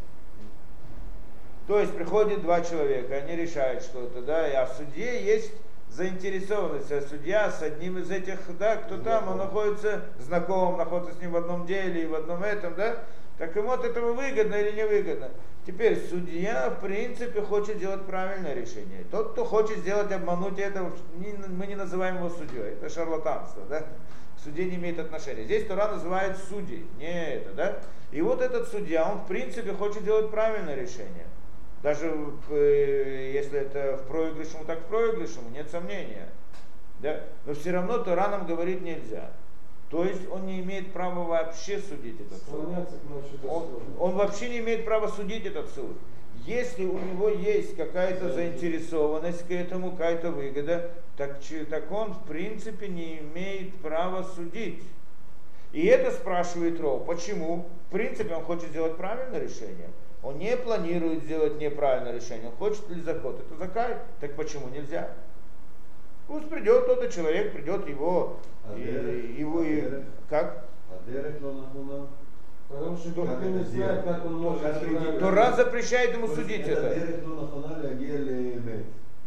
S1: То есть приходят два человека, они решают что-то, да, а в суде есть заинтересованность, а судья с одним из этих, да, кто там, он находится знакомым, находится с ним в одном деле и в одном этом, да, так ему от этого выгодно или невыгодно. Теперь судья, в принципе, хочет сделать правильное решение. Тот, кто хочет сделать, обмануть это, мы не называем его судьей, это шарлатанство, да, к суде не имеет отношения. Здесь Тора называет судей, не это, да, и вот этот судья, он, в принципе, хочет сделать правильное решение. Даже э, если это в проигрышему, так в проигрышему, нет сомнения. Да? Но все равно Тора нам говорить нельзя. То есть он не имеет права вообще судить этот суд. Он, он вообще не имеет права судить этот суд. Если у него есть какая-то заинтересованность к этому, какая-то выгода, так, так он в принципе не имеет права судить. И это спрашивает Ров. Почему? В принципе он хочет сделать правильное решение. Он не планирует сделать неправильное решение. Он хочет ли закот? Это закай. Так почему нельзя? Пусть придет тот человек, придет его,
S3: А
S1: и,
S3: дерек?
S1: его
S3: А
S1: и,
S3: дерек?
S1: как?
S3: А дерек лонахуна?
S5: Потому что
S1: Что?
S5: никто не знает, как он может
S3: Как
S5: правильно-
S3: прийти?
S1: Тора запрещает ему судить
S3: Это
S1: это.
S3: дерек лонахуна лягия лемет.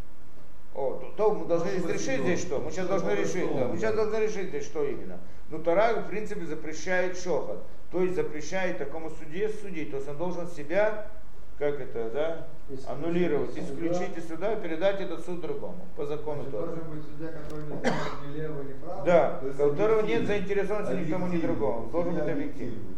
S1: О, то, то мы должны
S3: Может быть,
S1: решить
S3: ну,
S1: здесь что? Мы сейчас
S3: что
S1: должны
S3: такое
S1: решить,
S3: что?
S1: да, мы сейчас должны решить здесь что именно. Но Тора, в принципе, запрещает шохот. То есть запрещает такому судье судить. То есть он должен себя, как это, да,
S5: Исключить
S1: аннулировать,
S5: из суда.
S1: исключить из суда и передать этот суд другому. По закону
S2: Значит,
S1: Торы.
S2: должен быть судья, который не знает ни лево, ни право.
S1: Да,
S3: То есть
S1: у которого нет
S3: объективный.
S1: заинтересованности ни к тому, ни к другому. Он должен быть
S3: Судья
S1: объективным.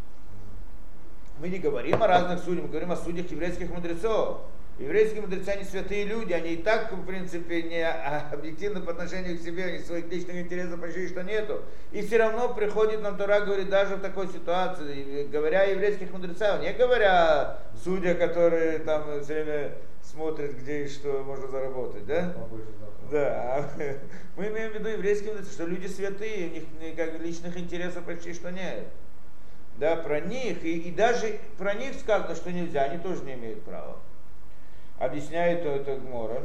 S1: Мы не говорим о разных судьях, мы говорим о судьях еврейских мудрецов. Еврейские мудрецы, они святые люди, они и так, в принципе, не объективны по отношению к себе, у них своих личных интересов почти что нету. И все равно приходит нам Тора, говорит, даже в такой ситуации, говоря о еврейских мудрецах, не говоря о судьях, которые там все время смотрят, где и что можно заработать, да?
S2: Побольше зарплаты.
S1: Да, а мы имеем в виду еврейские мудрецы, что люди святые, у них никак личных интересов почти что нет. Да, про них, и, и даже про них сказано, что нельзя, они тоже не имеют права. Объясняет это Гмора.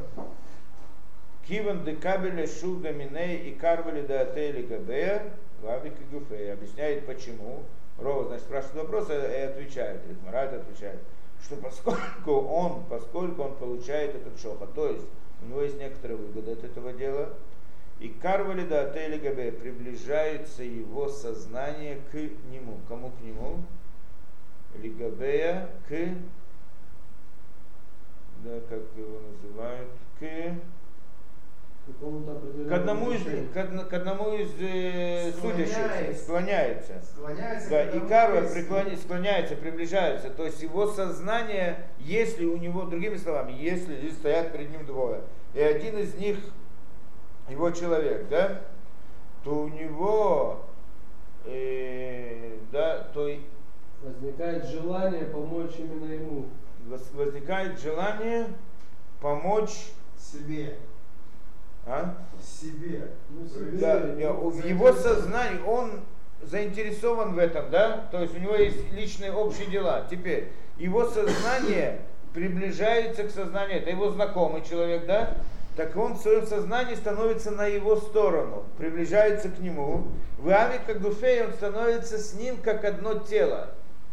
S1: Киван де кабеля шуга миней и карвали де отели габея вавик и гуфея. Объясняет почему. Рова, значит, спрашивает вопрос и отвечает. И Гмора это отвечает, что поскольку он, поскольку он получает этот шохот, то есть у него есть некоторая выгода от этого дела, и карвали де отели габея, приближается его сознание к нему. Кому к нему? Лигабея к, да, как его называют, к,
S5: какому-то определенному
S1: к одному из,
S5: решению.
S1: к, одно- к одному из э, судящих
S2: Склоняется.
S1: склоняется.
S2: Склоняется
S1: Да,
S2: к
S1: и
S2: одному
S1: карва
S2: из-
S1: преклоня- склоняется, приближается. То есть его сознание, если у него, другими словами, если здесь стоят перед ним двое, и один из них его человек, да, то у него, э, да, то и
S5: Возникает желание помочь именно ему.
S1: воз- возникает желание помочь,
S2: себе.
S1: а?
S2: Себе.
S5: Ну, себе.
S1: Да, я- в его сознании он заинтересован в этом, да, то есть у него есть личные общие дела. Теперь его сознание приближается к сознанию, это его знакомый человек, да, так он в своем сознании становится на его сторону, приближается к нему. В Ами как дуфей он становится с ним как одно тело.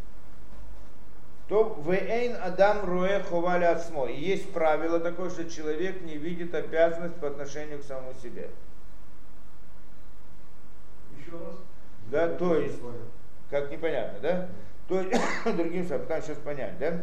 S1: То вейн адам руэ ховали ацмо. И есть правило такое, что человек не видит обязанность по отношению к самому себе.
S4: Еще раз.
S1: Да, то есть, как непонятно, да? То есть, другим словом, пытаемся сейчас понять, да?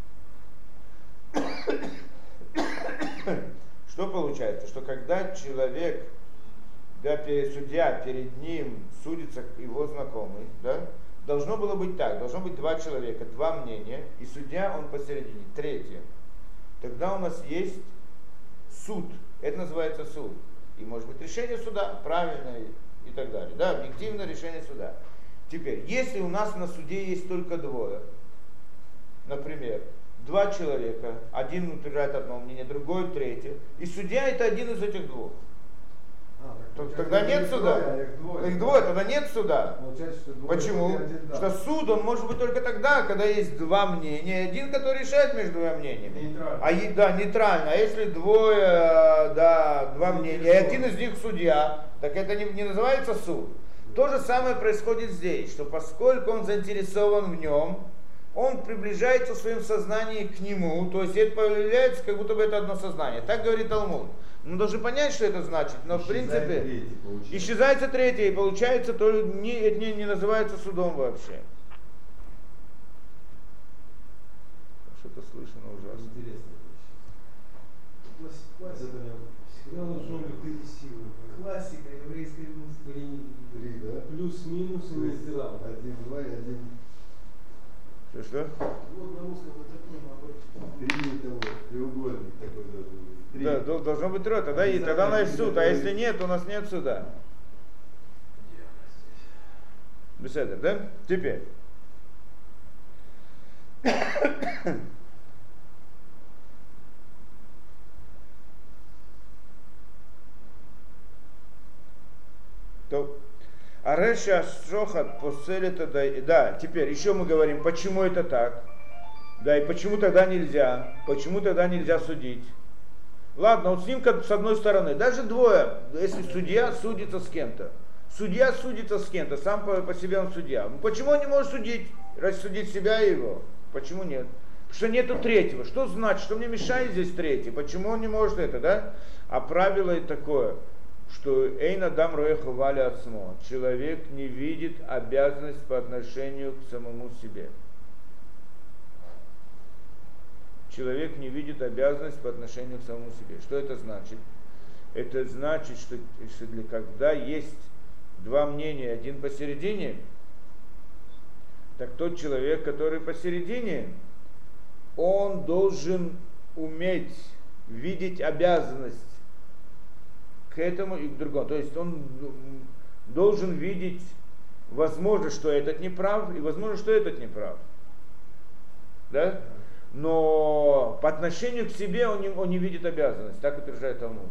S1: Что получается? Что когда человек, да, перед, судья перед ним судится его знакомый, да, должно было быть так, должно быть два человека, два мнения, и судья он посередине, третье. Тогда у нас есть суд, это называется суд. И может быть решение суда правильное и так далее, да, объективное решение суда. Теперь, если у нас на суде есть только двое, например, два человека, один утверждает одно мнение, другой третье, и судья это один из этих двух.
S2: А, так
S1: То-
S2: получается,
S1: Тогда нет
S2: их
S1: суда.
S2: двое, а их двое.
S1: Их двое, тогда нет суда.
S2: Получается, что двое
S1: Почему?
S2: тут и один да.
S1: Что суд, он может быть только тогда, когда есть два мнения, один, который решает между двумя мнениями.
S4: Нейтрально.
S1: А е- да, нейтрально. А если двое, э, да, два мнения, и один из них судья, так это не, не называется суд. То же самое происходит здесь, что поскольку он заинтересован в нем, он приближается в своем сознании к нему, то есть это появляется, как будто бы это одно сознание. Так говорит Талмуд. Мы должны понять, что это значит, но в
S3: Исчезает
S1: принципе
S3: третий, получается.
S1: исчезается третье, и получается, то не, это не, не называется судом вообще. Что-то слышно ужасно.
S3: Интересно.
S4: Класс- Классика.
S5: Всегда должно быть три силы.
S2: Классика еврейской мысли.
S5: При-
S3: Три, да?
S5: Плюс-минус и
S3: То есть
S5: нейтрал.
S3: один, два и один.
S1: Что, что?
S4: Вот на русском это такой
S3: Три того, треугольник такой должен быть. Три.
S1: Да, дол- должно быть трое, тогда, и, тогда у нас есть суд, а если нет, у нас нет суда. Беседа, да? Теперь. То, Ареша Шохат поселит, да, теперь еще мы говорим, почему это так, да, и почему тогда нельзя, почему тогда нельзя судить. Ладно, вот с ним как с одной стороны, даже двое, если судья судится с кем-то, судья судится с кем-то, сам по, по себе он судья. Ну, почему он не может судить, рассудить себя и его? Почему нет? Потому что нету третьего. Что значит, что мне мешает здесь третий? Почему он не может это, да? А правило такое, что Эйн Адам Роэху Вали Ацмо. Человек не видит обязанность по отношению к самому себе. Человек не видит обязанность по отношению к самому себе. Что это значит? Это значит, что, что для, когда есть два мнения, один посередине, так тот человек, который посередине, он должен уметь видеть обязанность к этому и к другому. То есть он должен видеть, возможно, что этот не прав, и возможно, что этот не прав. Да? Но по отношению к себе он не, он не видит обязанность, так утверждает Талмуд.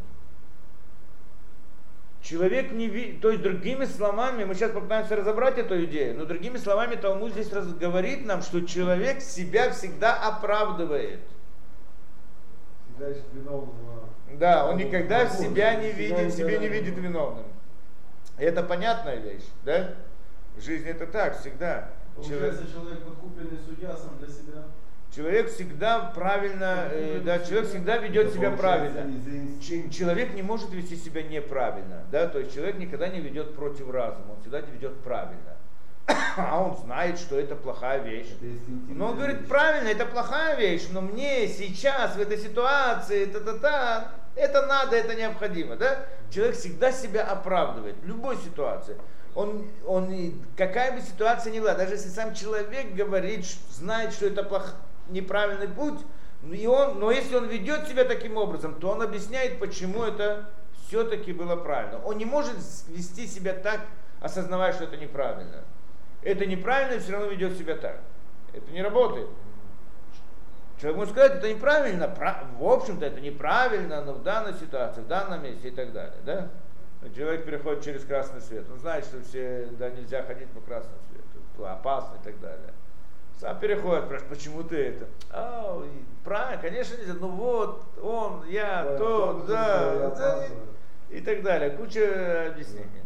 S1: Человек не видит, то есть другими словами, мы сейчас попытаемся разобрать эту идею, но другими словами Талмуд здесь раз, говорит нам, что человек себя всегда оправдывает.
S2: Всегда ищет виновного.
S1: Да, он никогда
S5: Всегда
S1: себя не
S5: всегда
S1: видит, себя не
S5: виновным.
S1: видит виновным. И это понятная вещь, да? В жизни это так, всегда. Человек,
S4: Получается, человек подкупленный судья сам для себя.
S1: человек всегда правильно, э, да, человек всегда ведет
S3: Это
S1: себя
S3: получается
S1: правильно.
S3: из-за инстинкта.
S1: Ч- Человек не может вести себя неправильно, да, то есть человек никогда не ведет против разума, он всегда ведет правильно. А он знает, что это плохая вещь.
S3: Это инстинктивная
S1: Но он говорит,
S3: вещь.
S1: правильно, это плохая вещь, но мне сейчас, в этой ситуации, та-та-та, Это надо, это необходимо, да? Человек всегда себя оправдывает в любой ситуации. Он, он, какая бы ситуация ни была, даже если сам человек говорит, знает, что это плох, неправильный путь, и он, но если он ведет себя таким образом, то он объясняет, почему это все-таки было правильно. Он не может вести себя так, осознавая, что это неправильно. Это неправильно, и все равно ведет себя так. Это не работает. Человек может сказать, это неправильно, в общем-то это неправильно, но в данной ситуации, в данном месте и так далее. Да? Человек переходит через красный свет, он знает, что все, да, нельзя ходить по красному свету, опасно и так далее. Сам переходит, спрашивает, почему ты это? А, правильно, конечно нельзя, ну вот, он, я, да, то, да, да и, и так далее. Куча объяснений.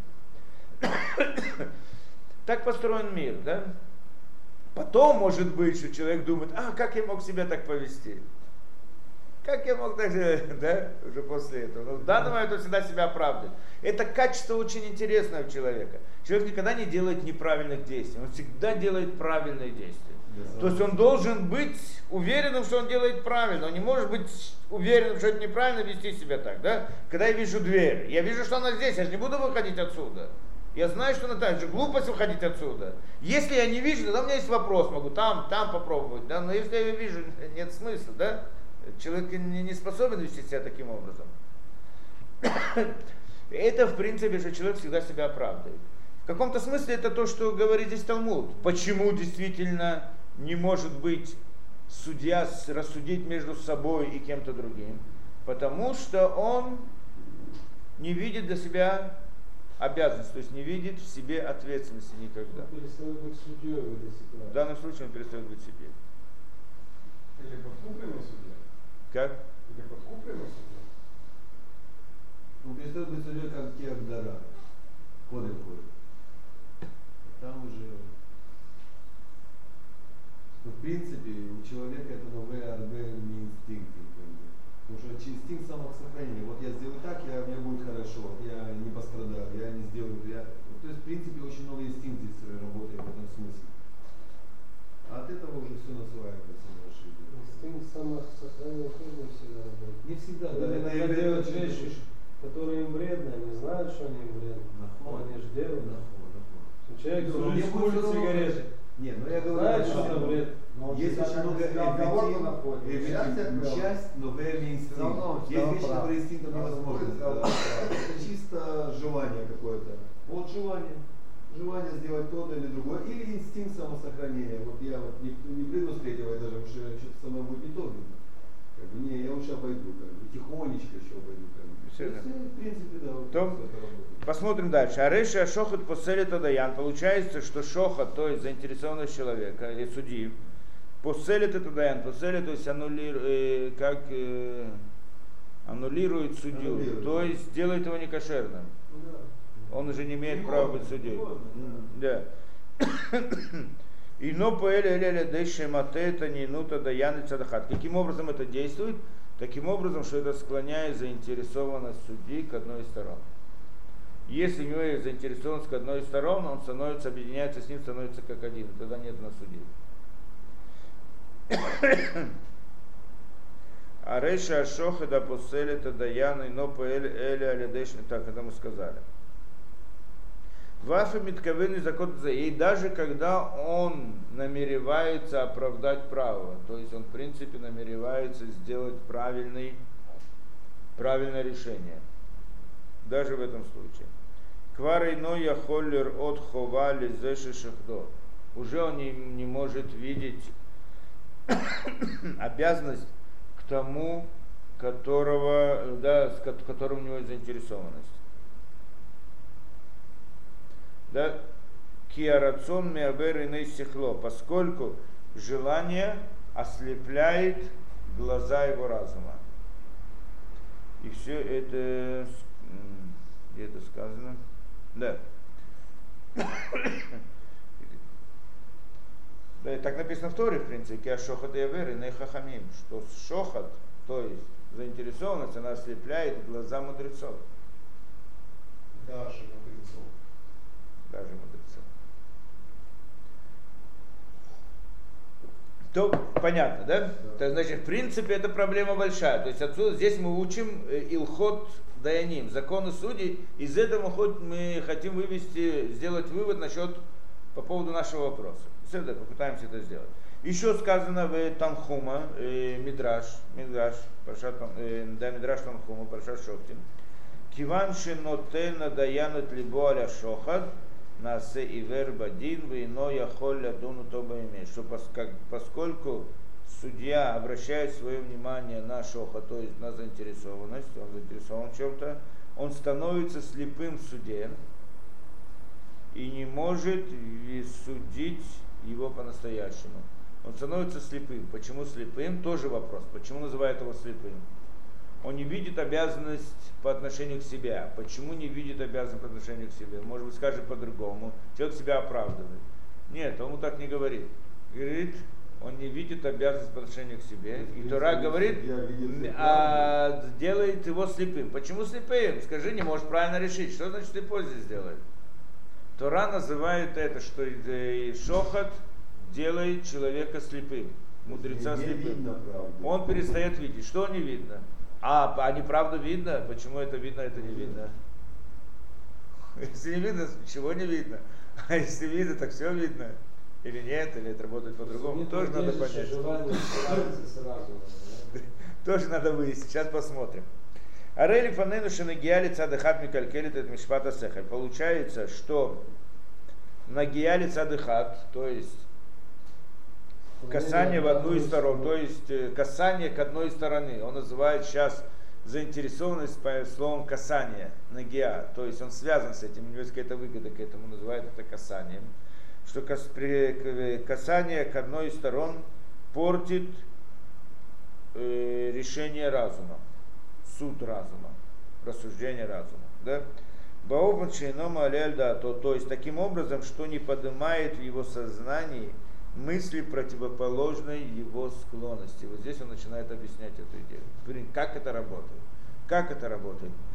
S1: Так построен мир, да? Потом, может быть, что человек думает, а, как я мог себя так повести? Как я мог так, да, уже после этого? Но в данный момент он всегда себя оправдывает. Это качество очень интересное у человека. Человек никогда не делает неправильных действий, он всегда делает правильные действия. То есть он должен быть уверенным, что он делает правильно. Он не может быть уверенным, что это неправильно, вести себя так. Да? Когда я вижу дверь, я вижу, что она здесь, я же не буду выходить отсюда. Я знаю, что она так же. Глупость выходить отсюда. Если я не вижу, тогда у меня есть вопрос, могу там, там попробовать. Да? Но если я ее вижу, нет смысла. Да? Человек не, не способен вести себя таким образом. Это в принципе, что человек всегда себя оправдывает. В каком-то смысле это то, что говорит здесь Талмуд. Почему действительно не может быть судья рассудить между собой и кем-то другим? Потому что он не видит для себя обязанность, то есть не видит в себе ответственности никогда.
S5: Он перестает быть судьей в этой ситуации.
S1: В данном случае он перестает быть судьей.
S2: Или подкупленный судья.
S1: Как?
S2: Или подкупленный судья.
S3: Он перестает быть судьей, как те Агдара. Кодем ходит. Там уже... Ну, в принципе, у человека это новые арбе инстинкты. Потому что инстинкт самосохранения. Вот я сделаю так, я, мне будет хорошо, я не пострадаю, я не сделаю. Я... То есть, в принципе, очень много инстинктов здесь работает в этом смысле. А от этого уже все насваивается дальше.
S5: Инстинкт самосохранения тоже не всегда работает.
S3: Не всегда, да.
S5: Иногда
S3: Это
S5: делают вещи, которые им вредны, они знают, что они им вредны. Но они же делают. Человек всю жизнь курит сигареты.
S3: Нет, но я говорю,
S5: знает, что это вред.
S3: Есть очень много эвитим, часть, но время инстинкт. Есть вещи, которые инстинктом невозможны. Это чисто желание какое-то. Вот желание. Желание сделать то или другое. Или инстинкт самосохранения. Вот я вот не, не приду с третьего этажа, потому что что-то со мной будет не то видно. Как бы, не, я лучше обойду, как бы, тихонечко еще обойду. Как бы. Все, есть, в принципе, да, вот
S1: то, посмотрим дальше. Ареша шохот поселит Адаян. Получается, что шохот, то есть заинтересованность человека, или судьи, поселит это Даян, поселит, то есть аннулирует, э, как э, аннулирует судью, аннулирует. То есть делает его некошерным. Да. Он уже не имеет не права быть судьей. Да. И но каким образом это действует? Таким образом, что это склоняет заинтересованность судьи к одной из сторон. Если у него есть заинтересованность к одной из сторон, он становится, объединяется с ним, становится как один. Тогда нет на судьи. А рейша ашохеда поселита даяны, но поэль эли алядешни. Так, это мы сказали. Вафа митковыный закон за. И даже когда он намеревается оправдать право, то есть он в принципе намеревается сделать правильный, правильное решение. Даже в этом случае. Кварейно я холлер от хова лизеши шахдо. Уже он не, не может видеть обязанность к тому, которого, да, с которым у него есть заинтересованность. Да, киарацон меабер иней сихло, поскольку желание ослепляет глаза его разума. И все это, где это сказано? Да. Да, и так написано в Торе, в принципе, киашохат и авер иней хахамим, что шохат, то есть заинтересованность, она ослепляет глаза мудрецов.
S2: Даже мудрецов.
S1: Даже мудрецов. То понятно, да?
S3: Да.
S1: То, значит, в принципе, это проблема большая. То есть отсюда здесь мы учим э, Илхот Даяним, законы судей. Из этого хоть мы хотим вывести, сделать вывод насчет по поводу нашего вопроса. Все это попытаемся это сделать. Еще сказано в Танхума, э, Мидраш, Мидраш, Парашат, э, да, Мидраш Танхума, Парашат Шохтин. Киван шинотена даянут либо аля шохад, насе ивер бадин, вино яхоль ладуну тоба имеет. Что поскольку судья обращает свое внимание на шоха, то есть на заинтересованность, он заинтересован в чем-то, он становится слепым в суде и не может судить его по-настоящему. Он становится слепым. Почему слепым? Тоже вопрос. Почему называют его слепым? Он не видит обязанность по отношению к себе. Почему не видит обязанность по отношению к себе? Может быть, скажет по-другому. Человек себя оправдывает. Нет, он ему так не говорит. Говорит, он не видит обязанность по отношению к себе. И Тора говорит, а делает его слепым. Почему слепым? Скажи, не можешь правильно решить. Что значит слепой здесь делает? Тора называет это, что шохат делает человека слепым. Мудреца
S3: не
S1: слепым.
S3: Видно,
S1: он перестает видеть. Что не видно? А, а неправда видно? Почему это видно, это не видно? Если не видно, ничего не видно. А если видно, так все видно. Или нет, или это работает по-другому. Тоже надо понять. Тоже надо выяснить. Сейчас посмотрим. Арели фанену шенагиали цадыхат микалькелит это мишпата сехаль. Получается, что нагиали цадыхат, то есть касание в одну из сторон, то есть касание к одной стороны. Он называет сейчас заинтересованность по словом касание, нагия, то есть он связан с этим, у него есть какая-то выгода к этому, называет это касанием. Что касание к одной из сторон портит э, решение разума, суд разума, рассуждение разума. Да? Баофан шейнома аляльда, то, то есть таким образом, что не поднимает в его сознании мысли противоположной его склонности. Вот здесь он начинает объяснять эту идею. Как это работает? Как это работает?